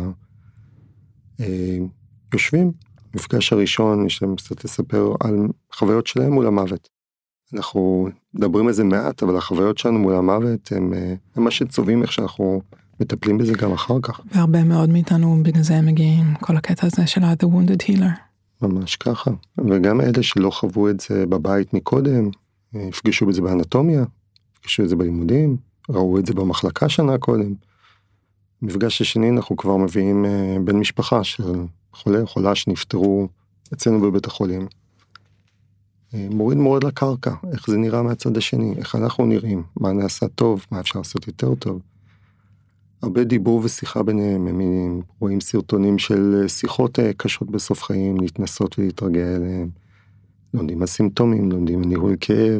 יושבים, מפגש הראשון, יש להם קצת לספר על חוויות שלהם מול המוות. אנחנו מדברים על זה מעט, אבל החוויות שלנו מול המוות, הם, הם מה שצובעים איך שאנחנו מטפלים בזה גם אחר כך. והרבה מאוד מאיתנו בגלל זה הם מגיעים, כל הקטע הזה של ה-The Wounded Healer. ממש ככה. וגם אלה שלא חוו את זה בבית מקודם, הפגישו בזה באנטומיה, הפגישו את זה בלימודים, ראו את זה במחלקה שנה קודם. מפגש השני אנחנו כבר מביאים בן משפחה של חולה, חולה שנפטרו אצלנו בבית החולים. מוריד מורד לקרקע, איך זה נראה מהצד השני, איך אנחנו נראים, מה נעשה טוב, מה אפשר לעשות יותר טוב. הרבה דיבור ושיחה ביניהם, הם רואים סרטונים של שיחות קשות בסוף חיים, להתנסות ולהתרגע אליהם, לומדים הסימפטומים, לומדים ניהול כאב,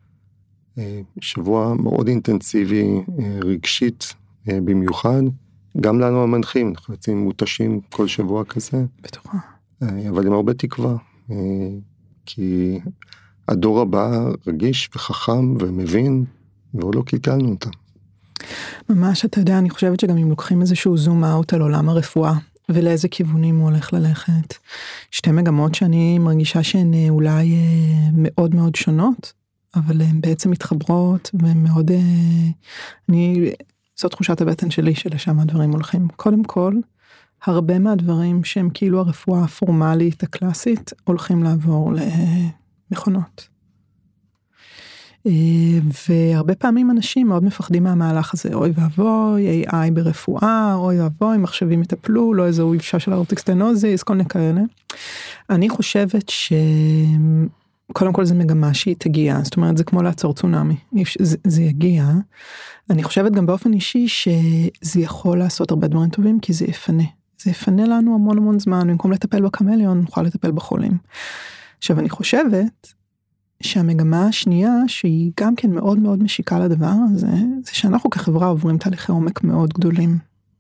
שבוע מאוד אינטנסיבי, רגשית במיוחד, גם לנו המנחים, אנחנו יוצאים מותשים כל שבוע כזה, בטוחה. אבל עם הרבה תקווה, כי הדור הבא רגיש וחכם ומבין, ועוד לא קלקלנו אותם. ממש, אתה יודע, אני חושבת שגם אם לוקחים איזשהו זום אאוט על עולם הרפואה, ולאיזה כיוונים הוא הולך ללכת, שתי מגמות שאני מרגישה שהן אולי מאוד מאוד שונות, אבל הן בעצם מתחברות, ומאוד, אני, זו תחושת הבטן שלי שלשם הדברים הולכים. קודם כל, הרבה מהדברים שהם כאילו הרפואה הפורמלית, הקלאסית, הולכים לעבור למכונות. והרבה פעמים אנשים מאוד מפחדים מהמהלך הזה, אוי ואבוי, איי איי ברפואה, אוי ואבוי, מחשבים יטפלו, לא איזו אבשה של האורטיקסטנוזיס, כל מיני כאלה. אני חושבת ש... קודם כל זה מגמה שהיא תגיע, זאת אומרת זה כמו לעצור צונאמי, זה, זה יגיע. אני חושבת גם באופן אישי שזה יכול לעשות הרבה דברים טובים, כי זה יפנה. זה יפנה לנו המון המון זמן, במקום לטפל בקמליון, נוכל לטפל בחולים. עכשיו אני חושבת שהמגמה השנייה, שהיא גם כן מאוד מאוד משיקה לדבר הזה, זה שאנחנו כחברה עוברים תהליכי עומק מאוד גדולים.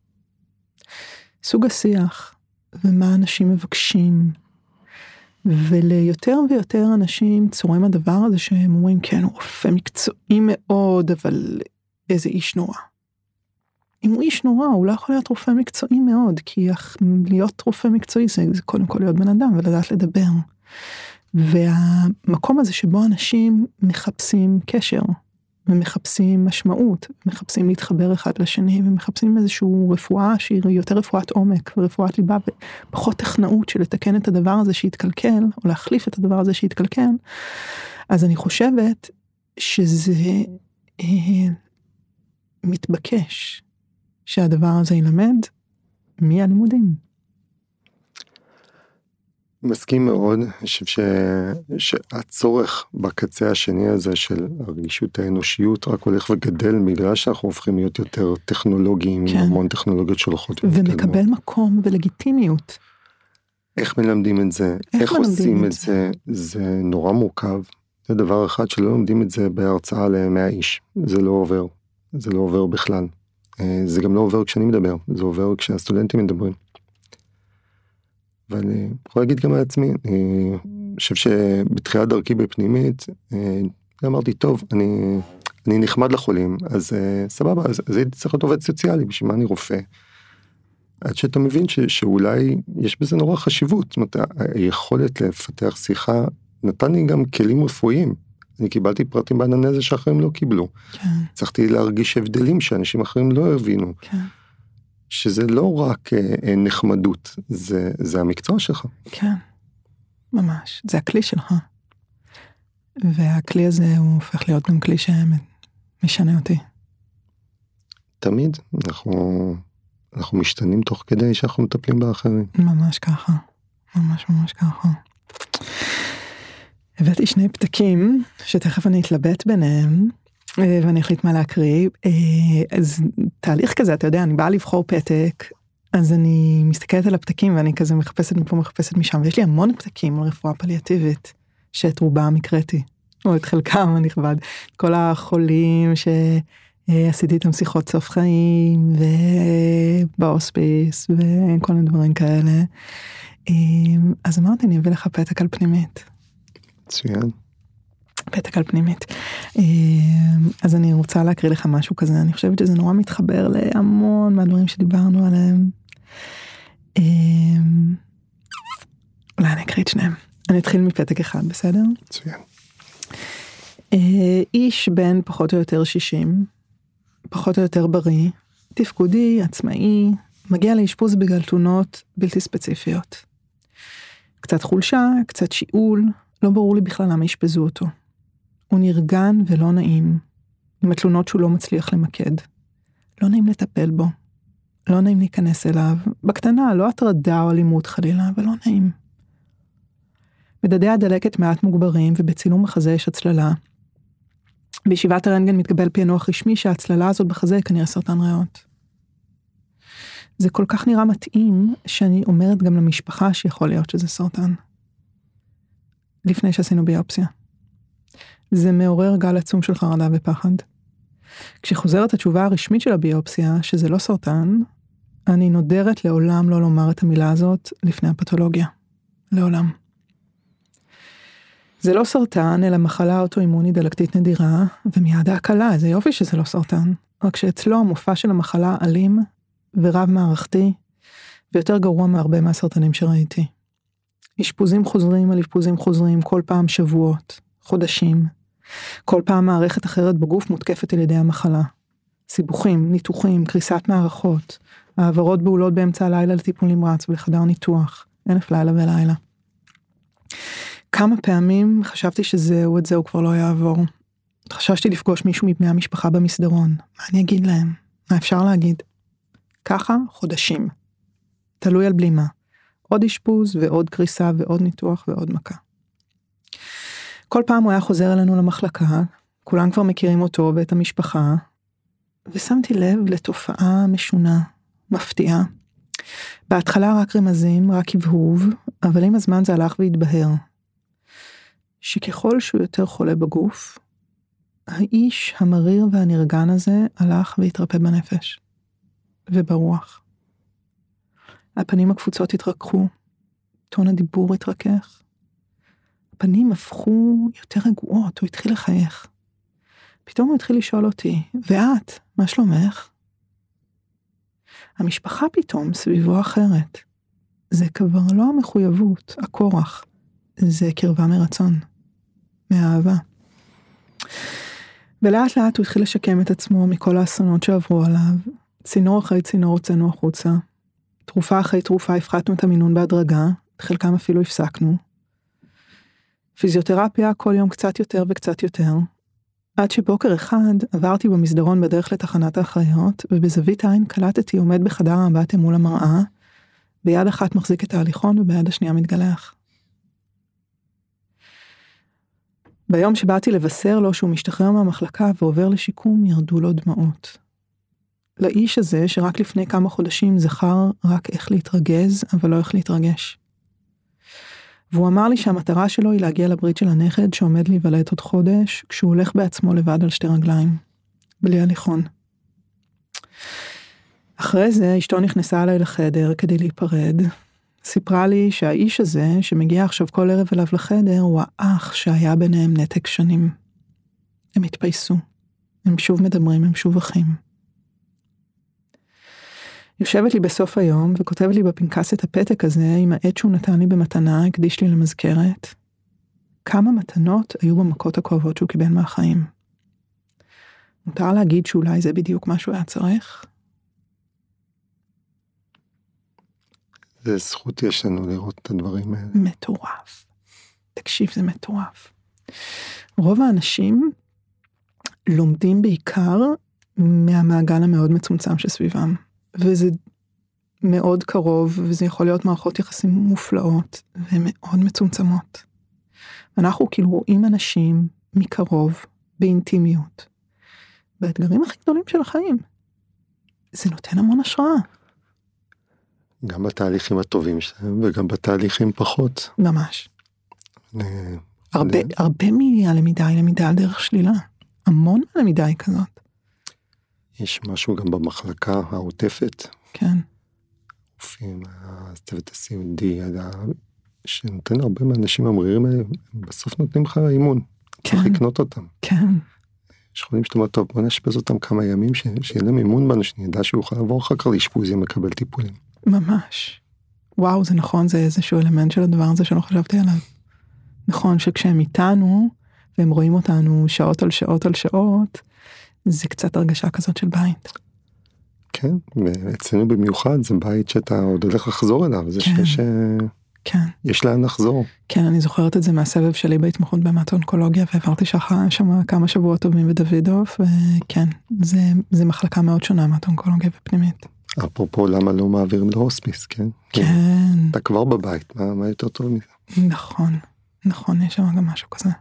סוג השיח, ומה אנשים מבקשים, וליותר ויותר אנשים צורם הדבר הזה שהם אומרים, כן, הוא רופא מקצועי מאוד, אבל איזה איש נורא. אם הוא איש נורא, הוא לא יכול להיות רופא מקצועי מאוד, כי להיות רופא מקצועי זה, זה קודם כל להיות בן אדם ולדעת לדבר. והמקום הזה שבו אנשים מחפשים קשר, ומחפשים משמעות, מחפשים להתחבר אחד לשני, ומחפשים איזושהי רפואה שהיא יותר רפואת עומק, ורפואת ליבה, ופחות טכנאות של לתקן את הדבר הזה שהתקלקל, או להחליף את הדבר הזה שהתקלקל, אז אני חושבת שזה אה, מתבקש, שהדבר הזה ילמד מהלימודים. מסכים מאוד, אני חושב ש... שהצורך בקצה השני הזה של הרגישות האנושיות רק הולך וגדל, בגלל שאנחנו הופכים להיות יותר טכנולוגיים, כן. המון טכנולוגיות שהולכות ומקבל מקום ולגיטימיות. איך מלמדים את זה? איך, איך עושים את זה? זה נורא מורכב. זה דבר אחד שלא לומדים את זה בהרצאה למאה איש. זה לא עובר. זה לא עובר בכלל. זה גם לא עובר כשאני מדבר. זה עובר כשהסטודנטים מדברים. ואני יכול להגיד גם על עצמי, אני חושב שבתחילת דרכי בפנימית, אמרתי, טוב, אני, אני נחמד לחולים, אז סבבה, אז, אז הייתי צריך להיות עובד סוציאלי, בשביל מה אני רופא? עד שאתה מבין ש, שאולי יש בזה נורא חשיבות, זאת אומרת, היכולת לפתח שיחה, נתן לי גם כלים רפואיים, אני קיבלתי פרטים באנמנזה שאחרים לא קיבלו, כן. צריכתי להרגיש הבדלים שאנשים אחרים לא הבינו, כן. שזה לא רק אה, נחמדות, זה, זה המקצוע שלך. כן, ממש, זה הכלי שלך. והכלי הזה הוא הופך להיות גם כלי שמשנה אותי. תמיד, אנחנו, אנחנו משתנים תוך כדי שאנחנו מטפלים באחרים. ממש ככה, ממש ממש ככה. הבאתי שני פתקים, שתכף אני אתלבט ביניהם, ואני אחליט מה להקריא. אז תהליך כזה, אתה יודע, אני באה לבחור פתק, אז אני מסתכלת על הפתקים, ואני כזה מחפשת מפה, מחפשת משם, ויש לי המון פתקים על רפואה פליאטיבית, שאת רובם הקראתי, או את חלקם הנכבד, כל החולים ש... עשיתי איתם שיחות סוף חיים, ובאוספיס, וכל מיני דברים כאלה. אז אמרתי, אני אביא לך פתק על פנימית. מצוין. פתק על פנימית. אז אני רוצה להקריא לך משהו כזה, אני חושבת שזה נורא מתחבר להמון מהדברים שדיברנו עליהם. אולי אני אקריא את שניהם. אני אתחיל מפתק אחד, בסדר? מצוין. איש בן פחות או יותר שישים, פחות או יותר בריא, תפקודי, עצמאי, מגיע לאשפוז בגלל תלונות בלתי ספציפיות. קצת חולשה, קצת שיעול, לא ברור לי בכלל למה ישפזו אותו. הוא נרגן ולא נעים, עם התלונות שהוא לא מצליח למקד. לא נעים לטפל בו, לא נעים להיכנס אליו, בקטנה, לא הטרדה או אלימות חלילה, אבל לא נעים. מדדי הדלקת מעט מוגברים, ובצילום החזה יש הצללה. בישיבת הרנטגן מתקבל פענוח רשמי שההצללה הזאת בחזה היא כנראה סרטן ריאות. זה כל כך נראה מתאים, שאני אומרת גם למשפחה שיכול להיות שזה סרטן. לפני שעשינו ביופסיה. זה מעורר גל עצום של חרדה ופחד. כשחוזרת התשובה הרשמית של הביופסיה, שזה לא סרטן, אני נודרת לעולם לא לומר את המילה הזאת לפני הפתולוגיה. לעולם. זה לא סרטן, אלא מחלה אוטואימונית דלקתית נדירה, ומיד ההקלה, זה יופי שזה לא סרטן. רק שאצלו המופע של המחלה אלים ורב מערכתי, ויותר גרוע מהרבה מהסרטנים שראיתי. אשפוזים חוזרים על אשפוזים חוזרים, כל פעם שבועות, חודשים. כל פעם מערכת אחרת בגוף מותקפת על ידי המחלה. סיבוכים, ניתוחים, קריסת מערכות, העברות בעולות באמצע הלילה לטיפול נמרץ ולחדר ניתוח, אלף לילה ולילה. כמה פעמים חשבתי שזהו, את זה הוא כבר לא יעבור. חששתי לפגוש מישהו מבני המשפחה במסדרון. מה אני אגיד להם? מה אפשר להגיד? ככה חודשים. תלוי על בלימה. עוד אשפוז ועוד קריסה ועוד ניתוח ועוד מכה. כל פעם הוא היה חוזר אלינו למחלקה, כולם כבר מכירים אותו ואת המשפחה, ושמתי לב לתופעה משונה, מפתיעה. בהתחלה רק רמזים, רק הבהוב, אבל עם הזמן זה הלך והתבהר. שככל שהוא יותר חולה בגוף, האיש המריר והנרגן הזה הלך והתרפא בנפש, וברוח. הפנים הקפוצות התרככו, טון הדיבור התרכך, הפנים הפכו יותר רגועות, הוא התחיל לחייך. פתאום הוא התחיל לשאול אותי, ואת, מה שלומך? המשפחה פתאום סביבו אחרת. זה כבר לא המחויבות, הכורח, זה קרבה מרצון, מהאהבה. ולאט לאט הוא התחיל לשקם את עצמו מכל האסונות שעברו עליו, צינור אחרי צינור הוצאנו החוצה, תרופה אחרי תרופה הפחתנו את המינון בהדרגה, את חלקם אפילו הפסקנו. פיזיותרפיה כל יום קצת יותר וקצת יותר, עד שבוקר אחד עברתי במסדרון בדרך לתחנת האחיות, ובזווית העין קלטתי עומד בחדר האמבטיה מול המראה, ביד אחת מחזיק את ההליכון וביד השנייה מתגלח. ביום שבאתי לבשר לו שהוא משתחרר מהמחלקה ועובר לשיקום, ירדו לו דמעות. לאיש הזה שרק לפני כמה חודשים זכר רק איך להתרגז, אבל לא איך להתרגש. והוא אמר לי שהמטרה שלו היא להגיע לברית של הנכד שעומד להיוולד עוד חודש, כשהוא הולך בעצמו לבד על שתי רגליים, בלי הליכון. אחרי זה אשתו נכנסה עליי לחדר כדי להיפרד, סיפרה לי שהאיש הזה שמגיע עכשיו כל ערב אליו לחדר, הוא האח שהיה ביניהם נתק שנים. הם התפייסו, הם שוב מדברים, הם שוב אחים. יושבת לי בסוף היום וכותבת לי בפנקס את הפתק הזה עם העט שהוא נתן לי במתנה, הקדיש לי למזכרת. כמה מתנות היו במכות הכואבות שהוא קיבל מהחיים. מותר להגיד שאולי זה בדיוק מה שהוא היה צריך? זה זכות יש לנו לראות את הדברים האלה. מטורף. תקשיב, זה מטורף. רוב האנשים לומדים בעיקר מהמעגל המאוד מצומצם שסביבם. וזה מאוד קרוב, וזה יכול להיות מערכות יחסים מופלאות, ומאוד מצומצמות. אנחנו כאילו רואים אנשים מקרוב, באינטימיות, באתגרים הכי גדולים של החיים. זה נותן המון השראה. גם בתהליכים הטובים שלהם, וגם בתהליכים פחות. ממש. הרבה, הרבה מהלמידה היא למידה על דרך שלילה. המון מהלמידה היא כזאת. יש משהו גם במחלקה העוטפת. כן. רופאים, הצוות הסיעודי, שנותן הרבה מהאנשים המרירים האלה, בסוף נותנים לך אימון. כן. צריך לקנות אותם. כן. יש חולים שאתה אומר, טוב, בוא נשפז אותם כמה ימים, שיהיה להם אימון בנו, שנדע שהוא יכול לעבור אחר כך לאשפוז אם מקבל טיפולים. ממש. וואו, זה נכון, זה איזשהו אלמנט של הדבר הזה שלא חשבתי עליו. נכון שכשהם איתנו, והם רואים אותנו שעות על שעות על שעות, זה קצת הרגשה כזאת של בית. כן, ואצלנו במיוחד זה בית שאתה עוד הולך לחזור אליו, זה כן. שיש כן. יש לאן לחזור. כן, אני זוכרת את זה מהסבב שלי בהתמחות בהמטו-אונקולוגיה, ועברתי שם כמה שבועות טובים בדוידוב, וכן, זה, זה מחלקה מאוד שונה מהמטו-אונקולוגיה ופנימית. אפרופו, למה לא מעבירים להוספיס, כן? כן. אתה כבר בבית, מה, מה יותר טוב מזה? נכון, נכון, יש שם גם משהו כזה.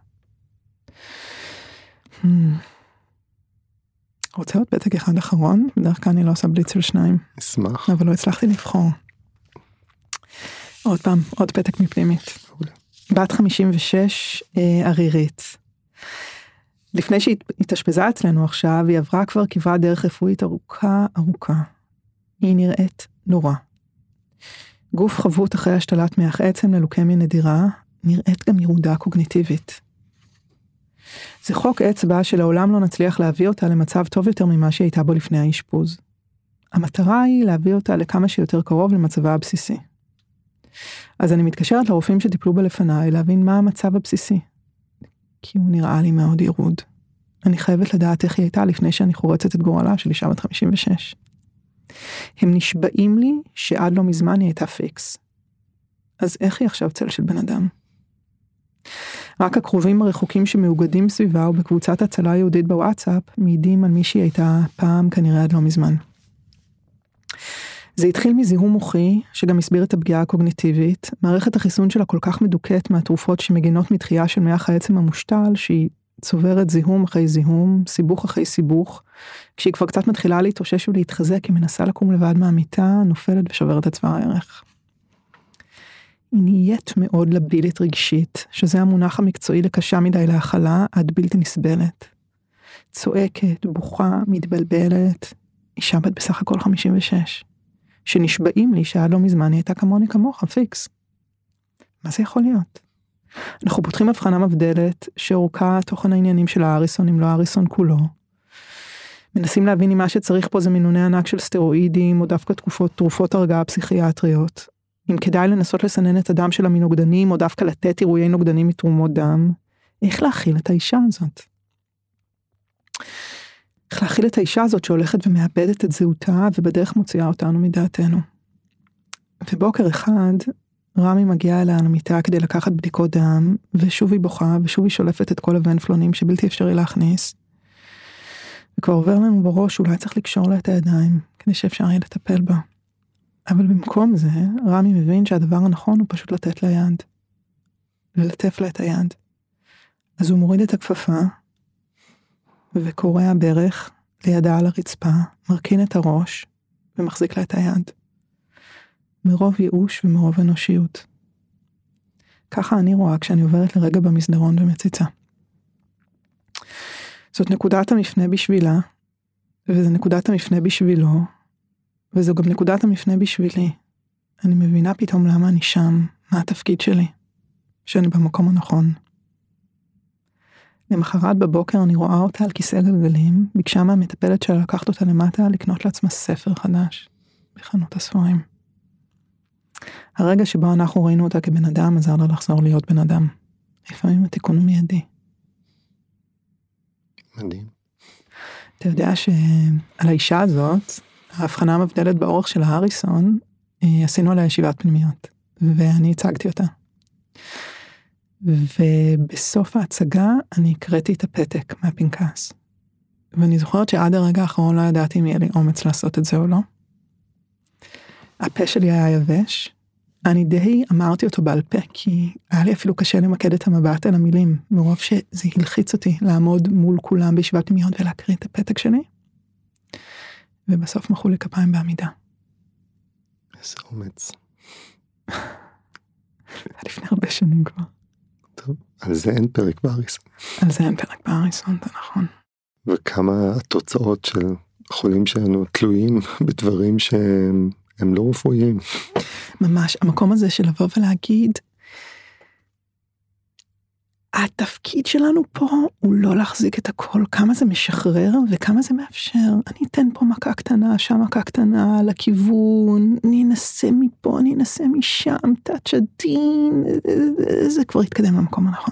רוצה עוד פתק אחד אחרון? בדרך כלל אני לא עושה בליץ של שניים. אשמח. אבל לא הצלחתי לבחור. עוד פעם, עוד פתק מפנימית. בת חמישים ושש, ערירית. לפני שהיא התאשפזה אצלנו עכשיו, היא עברה כבר כברת דרך רפואית ארוכה ארוכה. היא נראית נורא. גוף חבוט אחרי השתלת מח עצם ללוקמיה נדירה, נראית גם ירודה קוגניטיבית. זה חוק אצבע שלעולם לא נצליח להביא אותה למצב טוב יותר ממה שהיא הייתה בו לפני האשפוז. המטרה היא להביא אותה לכמה שיותר קרוב למצבה הבסיסי. אז אני מתקשרת לרופאים שטיפלו בה לפניי להבין מה המצב הבסיסי. כי הוא נראה לי מאוד ירוד. אני חייבת לדעת איך היא הייתה לפני שאני חורצת את גורלה של אישה בת חמישים ושש. הם נשבעים לי שעד לא מזמן היא הייתה פיקס. אז איך היא עכשיו צל של בן אדם? רק הקרובים הרחוקים שמאוגדים סביבה ובקבוצת הצלה היהודית בוואטסאפ מעידים על מי שהיא הייתה פעם כנראה עד לא מזמן. זה התחיל מזיהום מוחי, שגם הסביר את הפגיעה הקוגניטיבית. מערכת החיסון שלה כל כך מדוכאת מהתרופות שמגינות מתחייה של מח העצם המושתל, שהיא צוברת זיהום אחרי זיהום, סיבוך אחרי סיבוך. כשהיא כבר קצת מתחילה להתאושש ולהתחזק, היא מנסה לקום לבד מהמיטה, נופלת ושוברת את צוואר הערך. היא נהיית מאוד לבילית רגשית, שזה המונח המקצועי לקשה מדי להכלה, עד בלתי נסבלת. צועקת, בוכה, מתבלבלת, אישה בת בסך הכל חמישים ושש. שנשבעים לי שעד לא מזמן היא הייתה כמוני כמוך, פיקס. מה זה יכול להיות? אנחנו פותחים הבחנה מבדלת, שאורכה תוכן העניינים של האריסון, אם לא האריסון כולו. מנסים להבין אם מה שצריך פה זה מינוני ענק של סטרואידים, או דווקא תרופות, תרופות הרגעה פסיכיאטריות. אם כדאי לנסות לסנן את הדם שלה מנוגדנים, או דווקא לתת אירועי נוגדנים מתרומות דם. איך להכיל את האישה הזאת? איך להכיל את האישה הזאת שהולכת ומאבדת את זהותה, ובדרך מוציאה אותנו מדעתנו. ובוקר אחד, רמי מגיעה אליה למיטה כדי לקחת בדיקות דם, ושוב היא בוכה, ושוב היא שולפת את כל הוונפלונים שבלתי אפשרי להכניס. וכבר עובר לנו בראש, אולי צריך לקשור לה את הידיים, כדי שאפשר יהיה לטפל בה. אבל במקום זה, רמי מבין שהדבר הנכון הוא פשוט לתת לה יד. ולטף לה את היד. אז הוא מוריד את הכפפה, וקורע ברך לידה על הרצפה, מרכין את הראש, ומחזיק לה את היד. מרוב ייאוש ומרוב אנושיות. ככה אני רואה כשאני עוברת לרגע במסדרון ומציצה. זאת נקודת המפנה בשבילה, וזו נקודת המפנה בשבילו, וזו גם נקודת המפנה בשבילי. אני מבינה פתאום למה אני שם, מה התפקיד שלי, שאני במקום הנכון. למחרת בבוקר אני רואה אותה על כיסא גלגלים, ביקשה מהמטפלת שלה לקחת אותה למטה לקנות לעצמה ספר חדש, בחנות הספרים. הרגע שבו אנחנו ראינו אותה כבן אדם, עזר לה לחזור להיות בן אדם. לפעמים התיקון הוא מיידי. מדהים. אתה יודע שעל האישה הזאת, ההבחנה המבדלת באורך של האריסון, עשינו עליה ישיבת פנימיות, ואני הצגתי אותה. ובסוף ההצגה אני הקראתי את הפתק מהפנקס. ואני זוכרת שעד הרגע האחרון לא ידעתי אם יהיה לי אומץ לעשות את זה או לא. הפה שלי היה יבש. אני די אמרתי אותו בעל פה, כי היה לי אפילו קשה למקד את המבט על המילים, מרוב שזה הלחיץ אותי לעמוד מול כולם בישיבת פנימיות ולהקריא את הפתק שלי. ובסוף מחאו לי כפיים בעמידה. איזה אומץ. לפני הרבה שנים כבר. טוב, על זה אין פרק באריסון. על זה אין פרק באריסון, זה נכון. וכמה התוצאות של החולים שלנו תלויים בדברים שהם הם לא רפואיים. ממש, המקום הזה של לבוא ולהגיד, התפקיד שלנו פה הוא לא להחזיק את הכל, כמה זה משחרר וכמה זה מאפשר. אני אתן פה מכה קטנה, שם מכה קטנה, לכיוון, אני אנסה מפה, אני אנסה משם, טאצ' עדין, זה כבר יתקדם למקום הנכון.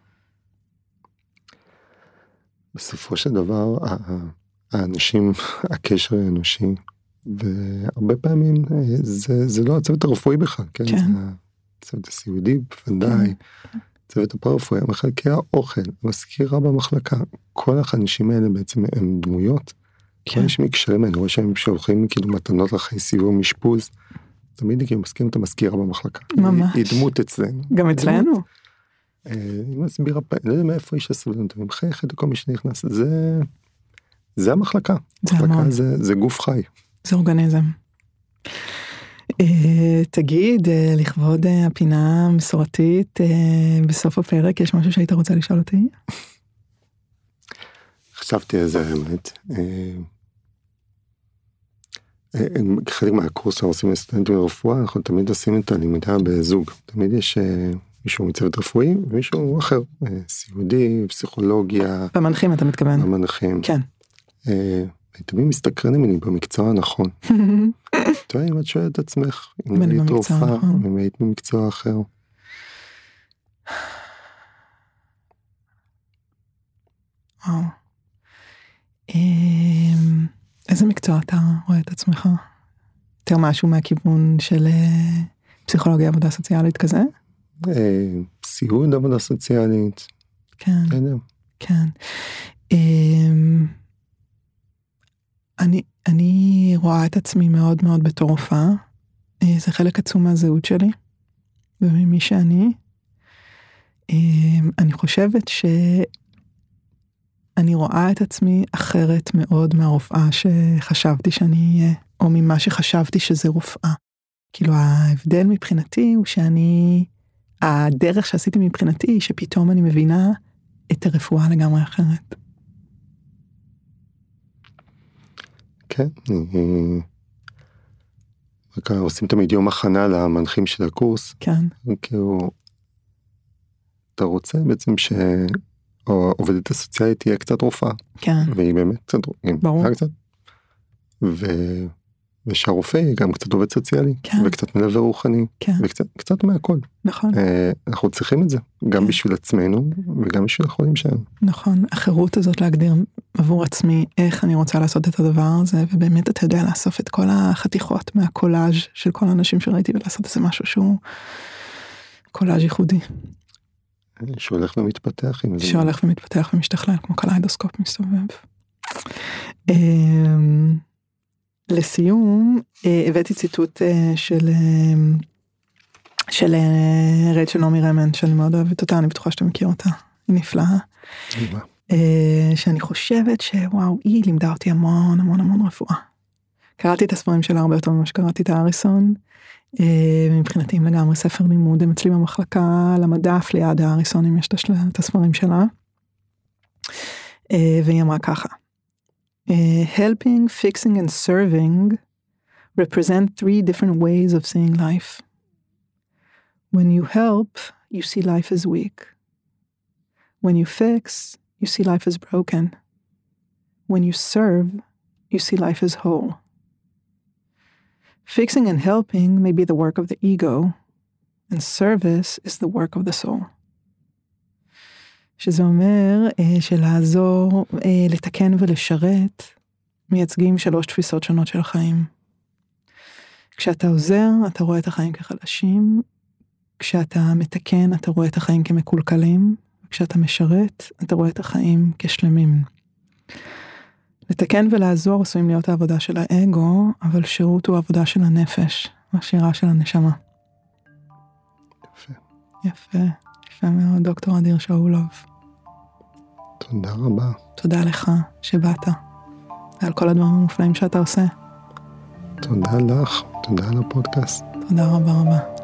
בסופו של דבר, האנשים, הקשר האנושי, והרבה פעמים זה, זה לא הצוות הרפואי בכלל, כן? כן. זה הצוות הסיעודי, בוודאי. כן. צוות הפרפואי, מחלקי האוכל, מזכירה במחלקה, כל האנשים האלה בעצם הם דמויות. כן. כל אנשים יקשרים, אני רואה שהם שולחים כאילו מתנות אחרי סיבוב משפוז, תמיד כאילו מזכירים את המזכירה במחלקה. ממש. היא דמות אצלנו. גם אצלנו. היא מסבירה, לא יודע מאיפה איש הסבלנות, היא מחייכת לכל מי שנכנס, זה, זה המחלקה. זה המחלקה זה, זה גוף חי. זה אורגניזם. תגיד, לכבוד הפינה המסורתית, בסוף הפרק יש משהו שהיית רוצה לשאול אותי? חשבתי על זה האמת. חלק מהקורס שאנחנו עושים לסטודנטים לרפואה, אנחנו תמיד עושים את הלימודה בזוג. תמיד יש מישהו מצוות רפואי ומישהו אחר, סיעודי, פסיכולוגיה. במנחים אתה מתכוון? במנחים. כן. תמיד מסתקרנים ממני במקצוע הנכון. אתה יודע, אם את שואלת את עצמך, אם היית רופאה, אם היית במקצוע אחר. וואו. איזה מקצוע אתה רואה את עצמך? יותר משהו מהכיוון של פסיכולוגיה עבודה סוציאלית כזה? סיעוד עבודה סוציאלית. כן. כן. אני, אני רואה את עצמי מאוד מאוד בתור רופאה, זה חלק עצום מהזהות שלי, וממי שאני, אני חושבת שאני רואה את עצמי אחרת מאוד מהרופאה שחשבתי שאני אהיה, או ממה שחשבתי שזה רופאה. כאילו ההבדל מבחינתי הוא שאני, הדרך שעשיתי מבחינתי היא שפתאום אני מבינה את הרפואה לגמרי אחרת. כן, רק עושים תמיד יום הכנה למנחים של הקורס. כן. כאילו, אתה רוצה בעצם שהעובדת הסוציאלית תהיה קצת רופאה. כן. והיא באמת קצת, ברור. קצת. ו... ושהרופא יהיה גם קצת עובד סוציאלי. כן. וקצת מלווה רוחני. כן. וקצת קצת מהכל. נכון. אנחנו צריכים את זה, גם כן. בשביל עצמנו, וגם בשביל החולים שלנו. נכון, החירות הזאת להגדיר עבור עצמי איך אני רוצה לעשות את הדבר הזה, ובאמת אתה יודע לאסוף את כל החתיכות מהקולאז' של כל האנשים שראיתי, ולעשות איזה משהו שהוא קולאז' ייחודי. שהולך ומתפתח. שהולך ומתפתח ומשתכלל, כמו קליידוסקופ מסתובב. לסיום, הבאתי ציטוט של... של רייצ'ל נעמי ריימונד, שאני מאוד אוהבת אותה, אני בטוחה שאתה מכיר אותה, היא נפלאה. שאני חושבת שוואו, היא לימדה אותי המון המון המון רפואה. קראתי את הספרים שלה הרבה יותר ממה שקראתי את האריסון, מבחינתי הם לגמרי ספר לימוד, הם אצלי במחלקה למדף ליד האריסון, אם יש את הספרים שלה. והיא אמרה ככה, helping, fixing and serving represent three different ways of seeing life. When you help, you see life as weak. When you fix, you see life as broken. When you serve, you see life as whole. Fixing and helping may be the work of the ego, and service is the work of the soul. שזה אומר שלעזור, לתקן ולשרת, מייצגים שלוש תפיסות שונות של החיים. כשאתה עוזר, אתה רואה את החיים כחלשים, כשאתה מתקן, אתה רואה את החיים כמקולקלים, וכשאתה משרת, אתה רואה את החיים כשלמים. לתקן ולעזור עשויים להיות העבודה של האגו, אבל שירות הוא העבודה של הנפש, השירה של הנשמה. יפה. יפה, יפה מאוד, דוקטור אדיר שאולוב. תודה רבה. תודה לך שבאת, ועל כל הדברים המופלאים שאתה עושה. תודה לך, תודה על הפודקאסט. תודה רבה רבה.